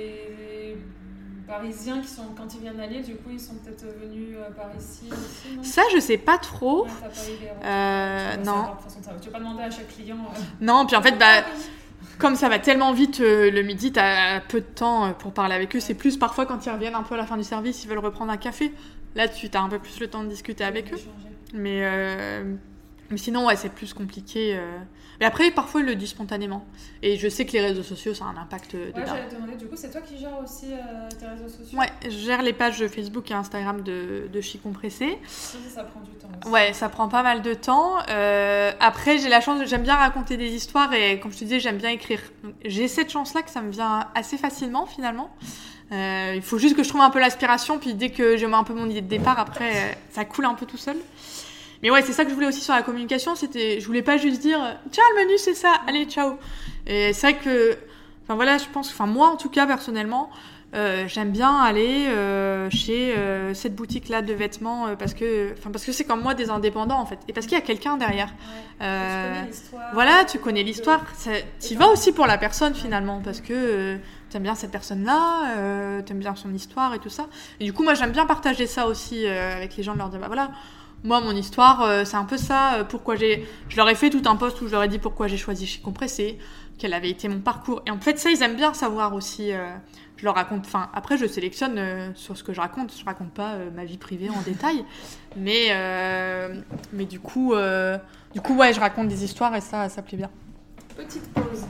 des Parisiens qui sont, quand ils viennent à Lille, du coup, ils sont peut-être venus euh, par ici aussi, non? Ça, je sais pas trop. Ouais, t'as pas eu les retours. Euh, Tu vas non. savoir, de toute façon, ça va. Tu vas pas demander à chaque client. euh, Non, puis en fait, bah, comme ça va tellement vite euh, le midi, t'as peu de temps euh, pour parler avec eux. C'est plus parfois quand ils reviennent un peu à la fin du service, ils veulent reprendre un café. Là, tu as un peu plus le temps de discuter avec eux. d'échanger. Mais, euh, mais sinon, ouais, c'est plus compliqué. euh. Mais après, parfois, ils le disent spontanément. Et je sais que les réseaux sociaux, ça a un impact euh, de Ouais, dingue. j'allais te demander, du coup, c'est toi qui gères aussi euh, tes réseaux sociaux? Ouais, je gère les pages Facebook et Instagram de, de Chicon Pressé. Ça, ça prend du temps aussi. Ouais, ça prend pas mal de temps. Euh, après, j'ai la chance, j'aime bien raconter des histoires et comme je te disais, j'aime bien écrire. Donc, j'ai cette chance-là que ça me vient assez facilement finalement. Euh, il faut juste que je trouve un peu l'aspiration, puis dès que j'ai un peu mon idée de départ, après, euh, ça coule un peu tout seul. Mais ouais, c'est ça que je voulais aussi sur la communication, c'était, je voulais pas juste dire, tiens, le menu c'est ça, allez, ciao. Et c'est vrai que, enfin voilà, je pense, enfin moi en tout cas personnellement, euh, j'aime bien aller euh, chez euh, cette boutique-là de vêtements euh, parce que, enfin parce que c'est comme moi des indépendants en fait, et parce qu'il y a quelqu'un derrière. Ouais. Euh, Tu connais l'histoire. Voilà, tu connais l'histoire. Ça- Tu y vas aussi pour la personne finalement, parce que euh, t'aimes bien cette personne-là, euh, t'aimes bien son histoire et tout ça. Et du coup, moi, j'aime bien partager ça aussi euh, avec les gens, de leur dire, bah voilà, Moi, mon histoire, euh, c'est un peu ça. Euh, pourquoi j'ai... Je leur ai fait tout un post où je leur ai dit pourquoi j'ai choisi chez Compressé, quel avait été mon parcours. Et en fait, ça, ils aiment bien savoir aussi. Euh, je leur raconte... Enfin, après, je sélectionne euh, sur ce que je raconte. Je raconte pas euh, ma vie privée en détail. Mais, euh, mais du coup, euh, du coup, ouais, je raconte des histoires et ça, ça plaît bien. Petite pause.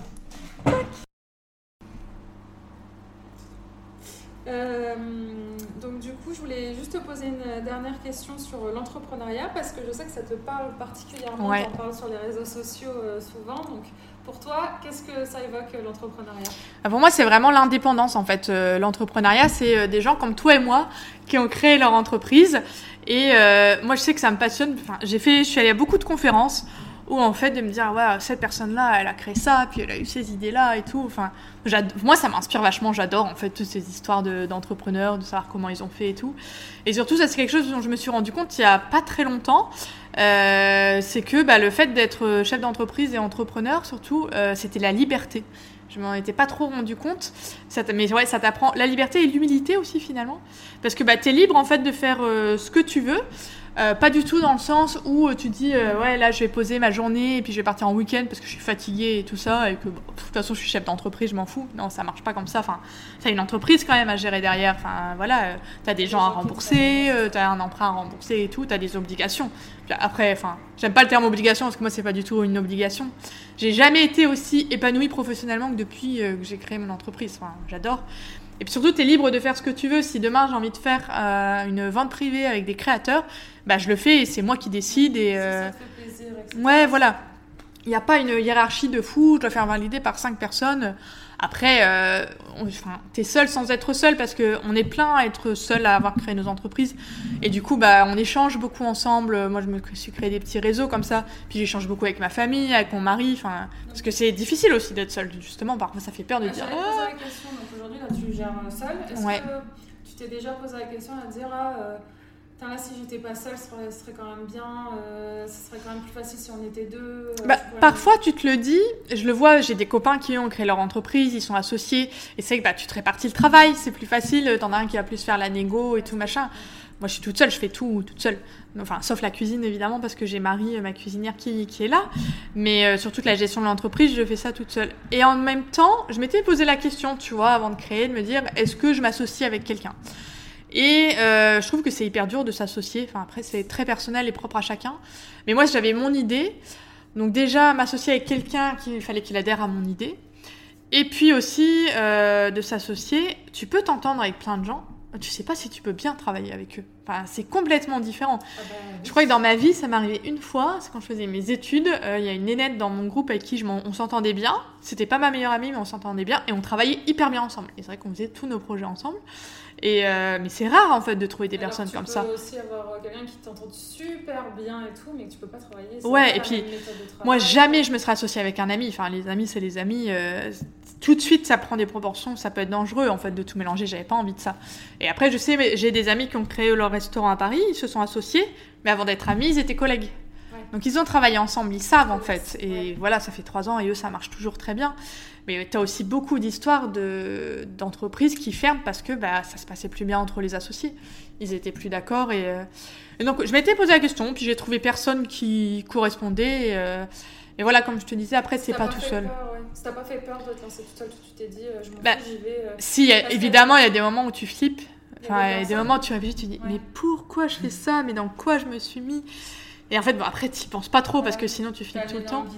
Euh, donc du coup, je voulais juste te poser une dernière question sur l'entrepreneuriat parce que je sais que ça te parle particulièrement, ouais. tu en parles sur les réseaux sociaux euh, souvent. Donc pour toi, qu'est-ce que ça évoque l'entrepreneuriat ? Pour moi, c'est vraiment l'indépendance en fait. Euh, l'entrepreneuriat, c'est euh, des gens comme toi et moi qui ont créé leur entreprise. Et euh, moi, je sais que ça me passionne. Enfin, j'ai fait, je suis allée à beaucoup de conférences où en fait de me dire ouais, cette personne-là, elle a créé ça, puis elle a eu ces idées-là et tout. Enfin, moi, ça m'inspire vachement. J'adore en fait toutes ces histoires de, d'entrepreneurs, de savoir comment ils ont fait et tout. Et surtout, ça c'est quelque chose dont je me suis rendu compte il y a pas très longtemps. Euh, c'est que bah, le fait d'être chef d'entreprise et entrepreneur, surtout, euh, c'était la liberté. Je m'en étais pas trop rendu compte. Ça mais ouais, ça t'apprend la liberté et l'humilité aussi finalement, parce que bah t'es libre en fait de faire euh, ce que tu veux. Euh, pas du tout dans le sens où euh, tu dis euh, ouais là je vais poser ma journée et puis je vais partir en week-end parce que je suis fatiguée et tout ça et que bon, de toute façon je suis chef d'entreprise, je m'en fous. Non, ça marche pas comme ça. Enfin, t'as une entreprise quand même à gérer derrière. Enfin voilà, euh, t'as des gens à rembourser, euh, t'as un emprunt à rembourser et tout, t'as des obligations. Puis après, enfin, j'aime pas le terme obligation parce que moi c'est pas du tout une obligation. J'ai jamais été aussi épanouie professionnellement que depuis euh, que j'ai créé mon entreprise. Enfin, j'adore. Et puis surtout, tu es libre de faire ce que tu veux. Si demain, j'ai envie de faire euh, une vente privée avec des créateurs, bah, je le fais et c'est moi qui décide. Et, euh... Si ça te fait plaisir, et cetera. Ouais, voilà. Il n'y a pas une hiérarchie de fou, je dois faire valider par cinq personnes. Après, euh, on, enfin, t'es seul sans être seul parce qu'on est plein à être seul à avoir créé nos entreprises. Et du coup, bah, on échange beaucoup ensemble. Moi, je me suis créé des petits réseaux comme ça. Puis j'échange beaucoup avec ma famille, avec mon mari. Enfin, parce que c'est difficile aussi d'être seul, justement. Parfois, ça fait peur de ah, dire... J'allais poser la question. Donc aujourd'hui, là, tu gères seul. Est-ce ouais. que tu t'es déjà posé la question à te dire... Ah, euh... là, si j'étais pas seule, ce serait, ce serait quand même bien. Euh, ce serait quand même plus facile si on était deux. Euh, bah, parfois, même... tu te le dis. Je le vois, j'ai des copains qui ont créé leur entreprise, ils sont associés. Et c'est que bah, tu te répartis le travail, c'est plus facile. T'en as un qui va plus faire la négo et tout machin. Moi, je suis toute seule, je fais tout toute seule. Enfin, sauf la cuisine, évidemment, parce que j'ai Marie, ma cuisinière, qui, qui est là. Mais euh, sur toute la gestion de l'entreprise, je fais ça toute seule. Et en même temps, je m'étais posé la question, tu vois, avant de créer, de me dire, est-ce que je m'associe avec quelqu'un ? Et euh, je trouve que c'est hyper dur de s'associer. Enfin, après, c'est très personnel et propre à chacun. Mais moi, j'avais mon idée. Donc déjà, m'associer avec quelqu'un, qu'il fallait qu'il adhère à mon idée. Et puis aussi, euh, de s'associer, tu peux t'entendre avec plein de gens. Tu sais pas si tu peux bien travailler avec eux. Enfin, c'est complètement différent. Ah bah, oui. Je crois que dans ma vie, ça m'est arrivé une fois. C'est quand je faisais mes études. Il euh, y a une nénette dans mon groupe avec qui je on s'entendait bien. C'était pas ma meilleure amie, mais on s'entendait bien. Et on travaillait hyper bien ensemble. Et c'est vrai qu'on faisait tous nos projets ensemble. Et euh, mais c'est rare en fait de trouver des Alors, personnes comme ça. ça. Tu peux aussi avoir quelqu'un qui t'entend super bien et tout, mais que tu peux pas travailler. C'est ouais, et puis moi jamais je me serais associée avec un ami. Enfin, les amis, c'est les amis. Euh, tout de suite, ça prend des proportions. Ça peut être dangereux en fait de tout mélanger. J'avais pas envie de ça. Et après, je sais, mais j'ai des amis qui ont créé leur restaurant à Paris. Ils se sont associés, mais avant d'être amis, ils étaient collègues. Ouais. Donc ils ont travaillé ensemble. Ils savent en fait. Et ouais. Voilà, ça fait trois ans et eux, ça marche toujours très bien. Mais tu as aussi beaucoup d'histoires de, d'entreprises qui ferment parce que bah, ça se passait plus bien entre les associés. Ils étaient plus d'accord. Et, euh... et donc, je m'étais posé la question, puis j'ai trouvé personne qui correspondait. Et, euh... et voilà, comme je te disais, après, c'est pas, pas tout seul. Peur, ouais. Ça t'a pas fait peur de te lancer tout seul, tu t'es dit, euh, je m'en bah, fous, j'y vais. Euh... Si, y a, évidemment, il y a des moments où tu flippes. Enfin, il y a des moments où tu réfléchis, tu te dis, ouais. Mais pourquoi je fais ça ? Mais dans quoi je me suis mis ? Et en fait, bon, après, tu n'y penses pas trop ouais, parce que sinon, tu flippes tout le temps.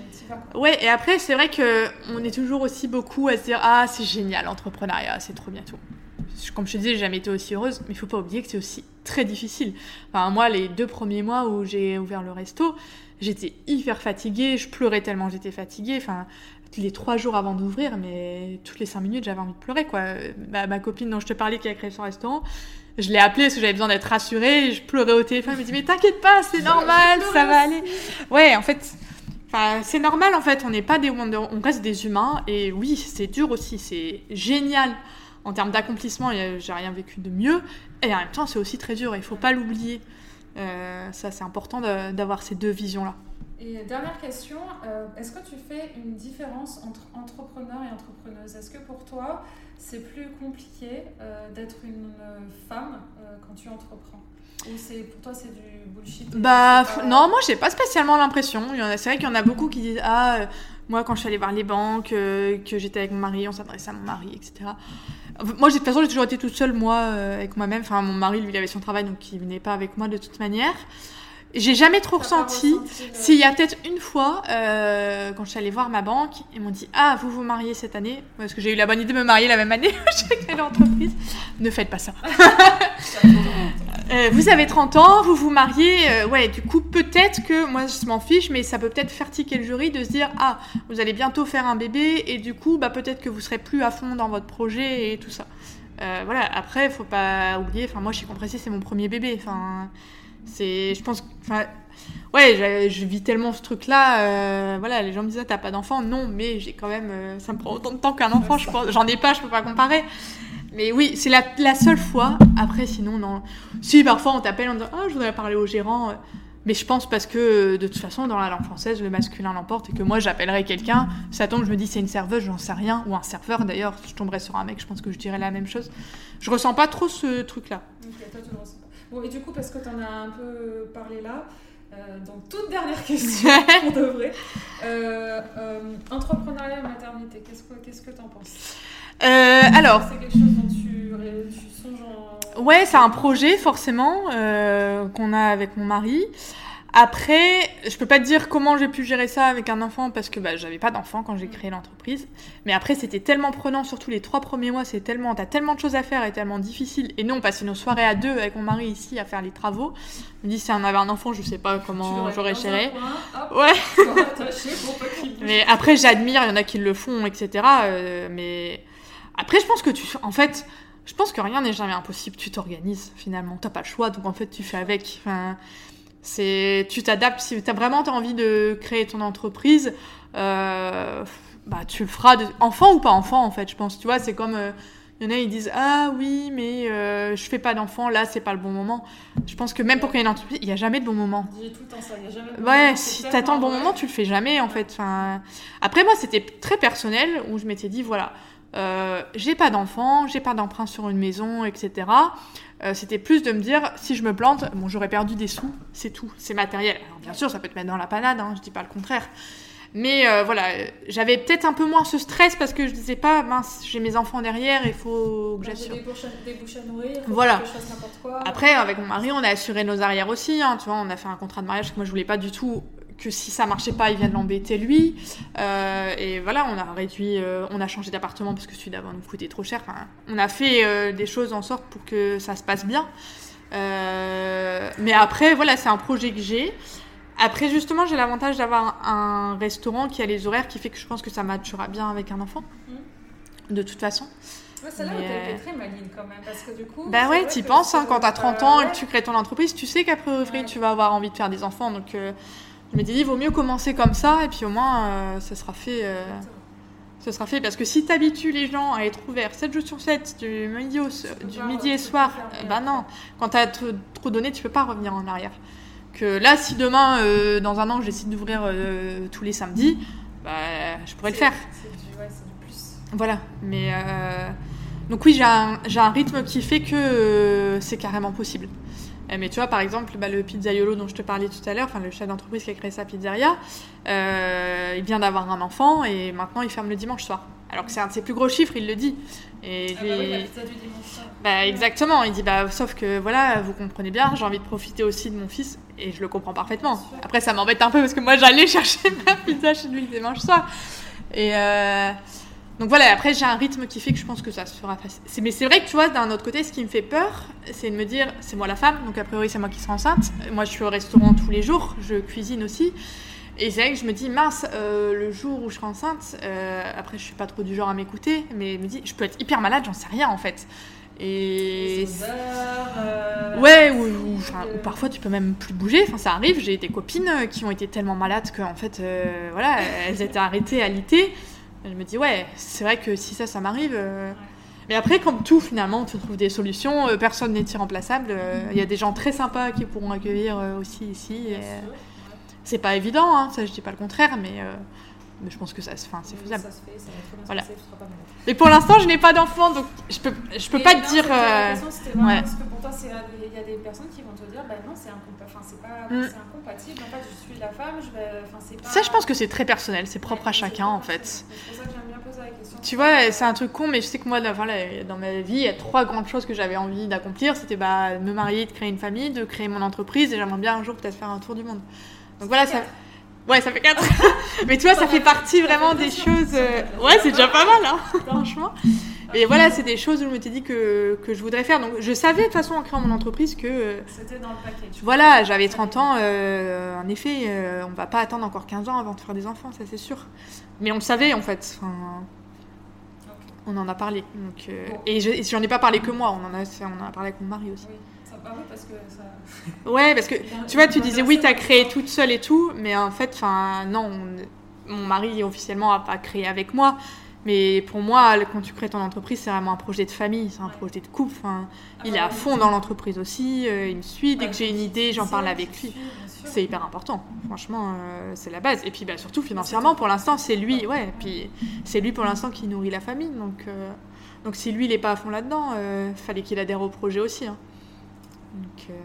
Et ouais, et après, c'est vrai qu'on est toujours aussi beaucoup à se dire « Ah, c'est génial, l'entrepreneuriat, c'est trop bien tout. » Comme je te disais, j'ai jamais été aussi heureuse, mais il ne faut pas oublier que c'est aussi très difficile. Enfin, moi, les deux premiers mois où j'ai ouvert le resto, j'étais hyper fatiguée, je pleurais tellement j'étais fatiguée. Enfin, les trois jours avant d'ouvrir, mais toutes les cinq minutes, j'avais envie de pleurer, quoi. Ma, ma copine dont je te parlais qui a créé son restaurant, je l'ai appelée parce que j'avais besoin d'être rassurée, je pleurais au téléphone, elle me dit « Mais t'inquiète pas, c'est normal, ça va aller. » Ouais, en fait... Enfin, c'est normal en fait, on n'est pas des Wonder, on reste des humains et oui, c'est dur aussi, c'est génial en termes d'accomplissement, j'ai rien vécu de mieux et en même temps c'est aussi très dur, il faut pas l'oublier. Euh, ça c'est important de, d'avoir ces deux visions-là. Et dernière question, euh, est-ce que tu fais une différence entre entrepreneur et entrepreneuse ? Est-ce que pour toi, c'est plus compliqué euh, d'être une femme euh, quand tu entreprends ? Ou c'est, pour toi, c'est du bullshit ? Bah, pas... non, moi, j'ai pas spécialement l'impression. Il y en a, c'est vrai qu'il y en a beaucoup qui disent « Ah, euh, moi, quand je suis allée voir les banques, euh, que j'étais avec mon mari, on s'adressait à mon mari, et cetera » Moi, de toute façon, j'ai toujours été toute seule, moi, euh, avec moi-même. Enfin, mon mari, lui, il avait son travail, donc il venait pas avec moi de toute manière. J'ai jamais trop ressenti. ressenti le... S'il y a peut-être une fois, euh, quand je suis allée voir ma banque, ils m'ont dit « Ah, vous vous mariez cette année ?» Parce que j'ai eu la bonne idée de me marier la même année où j'ai créé l'entreprise. Ne faites pas ça. euh, vous avez trente ans, vous vous mariez. Euh, ouais, du coup, peut-être que, moi, je m'en fiche, mais ça peut peut-être faire tiquer le jury de se dire « Ah, vous allez bientôt faire un bébé et du coup, bah, peut-être que vous serez plus à fond dans votre projet et tout ça. Euh, » Voilà, après, faut pas oublier, enfin, moi, chez Compressé, c'est mon premier bébé. Enfin... C'est, je pense, enfin, ouais, je, je vis tellement ce truc-là. Euh, voilà, les gens me disent ah, t'as pas d'enfant, non, mais j'ai quand même, euh, ça me prend autant de temps qu'un enfant. Je pense, j'en ai pas, je peux pas comparer. Mais oui, c'est la, la seule fois. Après, sinon, non. Si parfois on t'appelle en disant ah, je voudrais parler au gérant. Mais je pense parce que de toute façon, dans la langue française, le masculin l'emporte et que moi j'appellerais quelqu'un, ça tombe, je me dis c'est une serveuse, j'en sais rien, ou un serveur d'ailleurs. Je tomberais sur un mec, je pense que je dirais la même chose. Je ressens pas trop ce truc-là. Ok, toi tu le ressens. Bon, et du coup, parce que tu en as un peu parlé là, euh, donc toute dernière question, pour de vrai. Euh, euh, entrepreneuriat et maternité, qu'est-ce que qu'est-ce que t'en penses ? euh, Alors, c'est quelque chose dont tu, tu songes en... Ouais, c'est un projet forcément euh, qu'on a avec mon mari. Après, je peux pas te dire comment j'ai pu gérer ça avec un enfant parce que bah, j'avais pas d'enfant quand j'ai créé l'entreprise. Mais après, c'était tellement prenant, surtout les trois premiers mois, c'est tellement, t'as tellement de choses à faire et tellement difficile. Et nous, on passait nos soirées à deux avec mon mari ici à faire les travaux. Je me dis, si on avait un enfant, je sais pas comment j'aurais géré. Ouais. Mais après, j'admire, il y en a qui le font, et cetera. Euh, mais après, je pense que tu, en fait, je pense que rien n'est jamais impossible. Tu t'organises finalement, t'as pas le choix, donc en fait, tu fais avec. Enfin, c'est, tu t'adaptes. Si t'as vraiment t'as envie de créer ton entreprise, euh, bah tu le feras. De, enfant ou pas enfant, en fait, je pense. Tu vois, c'est comme, il euh, y en a ils disent ah oui, mais euh, je fais pas d'enfant, là c'est pas le bon moment. Je pense que même pour créer une entreprise, il y a jamais de bon moment. J'ai tout le temps ça, il y a jamais. De bon ouais, moment, si t'attends le bon moment, tu le fais jamais en fait. Enfin, après moi c'était très personnel où je m'étais dit voilà. Euh, j'ai pas d'enfant, j'ai pas d'emprunt sur une maison, et cetera. Euh, c'était plus de me dire, si je me plante, bon, j'aurais perdu des sous, c'est tout, c'est matériel. Alors bien sûr, ça peut te mettre dans la panade, hein, je dis pas le contraire. Mais euh, voilà, j'avais peut-être un peu moins ce stress parce que je disais pas, mince, j'ai mes enfants derrière, il faut que j'assure. J'ai des bouches, des bouches à nourrir, faut voilà. que je fasse n'importe quoi. Après, avec mon mari, on a assuré nos arrières aussi, hein, tu vois, on a fait un contrat de mariage parce que moi je voulais pas du tout que si ça marchait pas, il vienne l'embêter lui. Euh, et voilà, on a réduit, euh, on a changé d'appartement parce que celui d'avant nous coûtait trop cher. Enfin, on a fait euh, des choses en sorte pour que ça se passe bien. Euh, mais après, voilà, c'est un projet que j'ai. Après, justement, j'ai l'avantage d'avoir un, un restaurant qui a les horaires qui fait que je pense que ça matchera bien avec un enfant. Mmh. De toute façon. Ouais, celle-là, mais... elle était très maligne quand même, parce que du coup... Bah ouais, t'y penses, hein, quand t'as trente ans et que tu crées ton entreprise, tu sais qu'après ouais. tu vas avoir envie de faire des enfants, donc... Euh, je m'étais dit, il vaut mieux commencer comme ça, et puis au moins, euh, ça sera fait. Euh, ça sera fait. Parce que si t'habitues les gens à être ouverts sept jours sur sept, du midi, au, du midi et soir, euh, bah non, quand t'as trop, trop donné, tu peux pas revenir en arrière. Que là, si demain, euh, dans un an, je décide d'ouvrir euh, tous les samedis, bah, je pourrais c'est, le faire. C'est du, ouais, c'est du plus. Voilà. Mais. Euh, donc oui, j'ai un, j'ai un rythme qui fait que euh, c'est carrément possible. Mais tu vois, par exemple, bah, le pizzaiolo dont je te parlais tout à l'heure, enfin le chef d'entreprise qui a créé sa pizzeria, euh, il vient d'avoir un enfant et maintenant il ferme le dimanche soir. Alors que c'est un de ses plus gros chiffres, il le dit. Et ah lui... bah oui, la pizza du dimanche soir. Bah exactement, il dit bah sauf que voilà, vous comprenez bien, j'ai envie de profiter aussi de mon fils et je le comprends parfaitement. Après ça m'embête un peu parce que moi j'allais chercher ma pizza chez lui le dimanche soir. Et euh... donc voilà, après j'ai un rythme qui fait que je pense que ça se fera facile. C'est, mais c'est vrai que tu vois, d'un autre côté, ce qui me fait peur, c'est de me dire, c'est moi la femme, donc a priori c'est moi qui serai enceinte. Moi je suis au restaurant tous les jours, je cuisine aussi. Et c'est vrai que je me dis, mince, euh, le jour où je serai enceinte, euh, après je suis pas trop du genre à m'écouter, mais je me dis, je peux être hyper malade, j'en sais rien en fait. Et les odeurs, euh, ouais, ou, ou, enfin, ou parfois tu peux même plus bouger, enfin ça arrive, j'ai des copines qui ont été tellement malades qu'en fait, euh, voilà, elles étaient arrêtées à l'ité. Je me dis, ouais, c'est vrai que si ça, ça m'arrive... Euh... Ouais. Mais après, comme tout, finalement, tu trouves des solutions. Euh, personne n'est irremplaçable. Il euh, y a des gens très sympas qui pourront accueillir euh, aussi ici. Et, C'est pas évident, hein, ça je dis pas le contraire, mais, euh, mais je pense que ça, enfin, c'est Oui, faisable. Ça se fait, ça va très bien Voilà. se passer, tu seras pas malade. Mais pour l'instant, je n'ai pas d'enfant, donc je peux, je peux Et pas non, te dire... c'était la euh, question, c'était vraiment ouais. parce que pour toi, c'est- il y a des personnes qui vont te dire, bah non, c'est incompa- enfin, c'est pas, Mm. c'est incompatible. En fait, je suis la femme, je vais, enfin, c'est pas. Ça, je pense que c'est très personnel, c'est propre Ouais, à c'est chacun, très en fait. personnel. C'est pour ça que j'aime bien poser la question. Tu vois, c'est un truc con, mais je sais que moi, là, enfin, là, dans ma vie, il y a trois grandes choses que j'avais envie d'accomplir. C'était bah, me marier, de créer une famille, de créer mon entreprise, et j'aimerais bien un jour peut-être faire un tour du monde. Donc voilà, ça... Ouais, ça fait quatre. Mais tu vois, ça fait partie vraiment des choses... euh, Ouais, c'est déjà pas mal, hein, franchement. Et voilà, c'est des choses où je m'étais dit que, que je voudrais faire. Donc je savais de toute façon en créant mon entreprise que... euh, C'était dans le package. Voilà, j'avais trente ans, euh, en effet, euh, on va pas attendre encore quinze ans avant de faire des enfants, ça c'est sûr. Mais on le savait en fait, enfin, Ok. on en a parlé. Donc, euh, Bon. et, je, et j'en ai pas parlé que moi, on en a, on en a parlé avec mon mari aussi. Oui, ça, bah oui, parce que ça. Ouais, parce que tu vois, tu disais oui, t'as créé toute seule et tout, mais en fait, enfin, non, on- mon mari officiellement a pas créé avec moi. Mais pour moi, quand tu crées ton entreprise, c'est vraiment un projet de famille, c'est un Ouais. projet de couple. Enfin, Ah il bah est à oui. fond dans l'entreprise aussi, euh, il me suit, dès Ouais, que j'ai une idée, j'en c'est parle ça, avec c'est lui. sûr, bien sûr. C'est hyper important, franchement, euh, c'est la base. Et puis bah, surtout financièrement, pour l'instant, c'est lui, ouais. Et puis c'est lui pour l'instant qui nourrit la famille, donc euh, donc si lui il est pas à fond là-dedans, euh, fallait qu'il adhère au projet aussi. Hein. Donc, euh...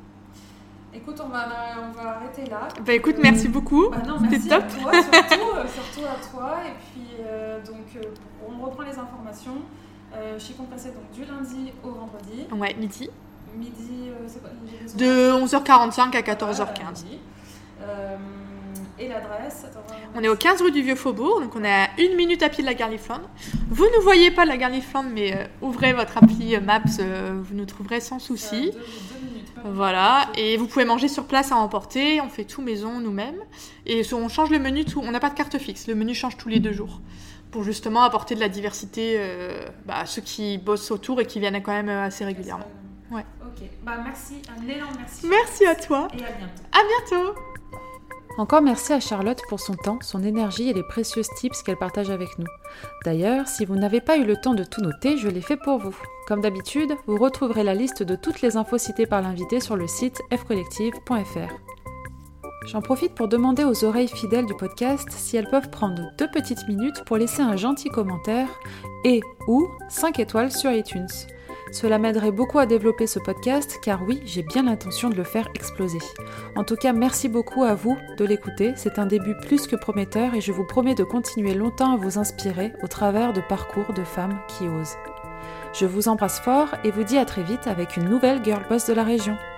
Écoute, on va, on va arrêter là. bah écoute, Euh, merci beaucoup, Bah non, c'était merci top. à toi, surtout, euh, surtout à toi. Et puis, euh, donc, euh, on reprend les informations. Euh, je suis compressée donc du lundi au vendredi. Ouais, midi. Midi, euh, c'est quoi les raisons De onze heures quarante-cinq à quatorze heures Voilà, quinze. midi. Euh, et l'adresse attends, On est au quinze rue du Vieux Faubourg, donc on est à une minute à pied de la gare Liffland. Vous ne voyez pas la gare Liffland, mais euh, ouvrez votre appli euh, Maps, euh, vous nous trouverez sans souci. Euh, deux, deux minutes, pas plus. Voilà, et vous pouvez manger sur place à emporter, on fait tout maison nous-mêmes. Et on change le menu, tout, on n'a pas de carte fixe, le menu change tous les deux jours. Pour justement apporter de la diversité euh, bah, à ceux qui bossent autour et qui viennent quand même euh, assez régulièrement. Ouais. Ok, bah merci, un élan merci. Merci à toi, Et à bientôt. à bientôt. Encore merci à Charlotte pour son temps, son énergie et les précieuses tips qu'elle partage avec nous. D'ailleurs, si vous n'avez pas eu le temps de tout noter, je l'ai fait pour vous. Comme d'habitude, vous retrouverez la liste de toutes les infos citées par l'invité sur le site f collective point f r. J'en profite pour demander aux oreilles fidèles du podcast si elles peuvent prendre deux petites minutes pour laisser un gentil commentaire et ou cinq étoiles sur iTunes. Cela m'aiderait beaucoup à développer ce podcast car oui, j'ai bien l'intention de le faire exploser. En tout cas, merci beaucoup à vous de l'écouter, c'est un début plus que prometteur et je vous promets de continuer longtemps à vous inspirer au travers de parcours de femmes qui osent. Je vous embrasse fort et vous dis à très vite avec une nouvelle Girl Boss de la région.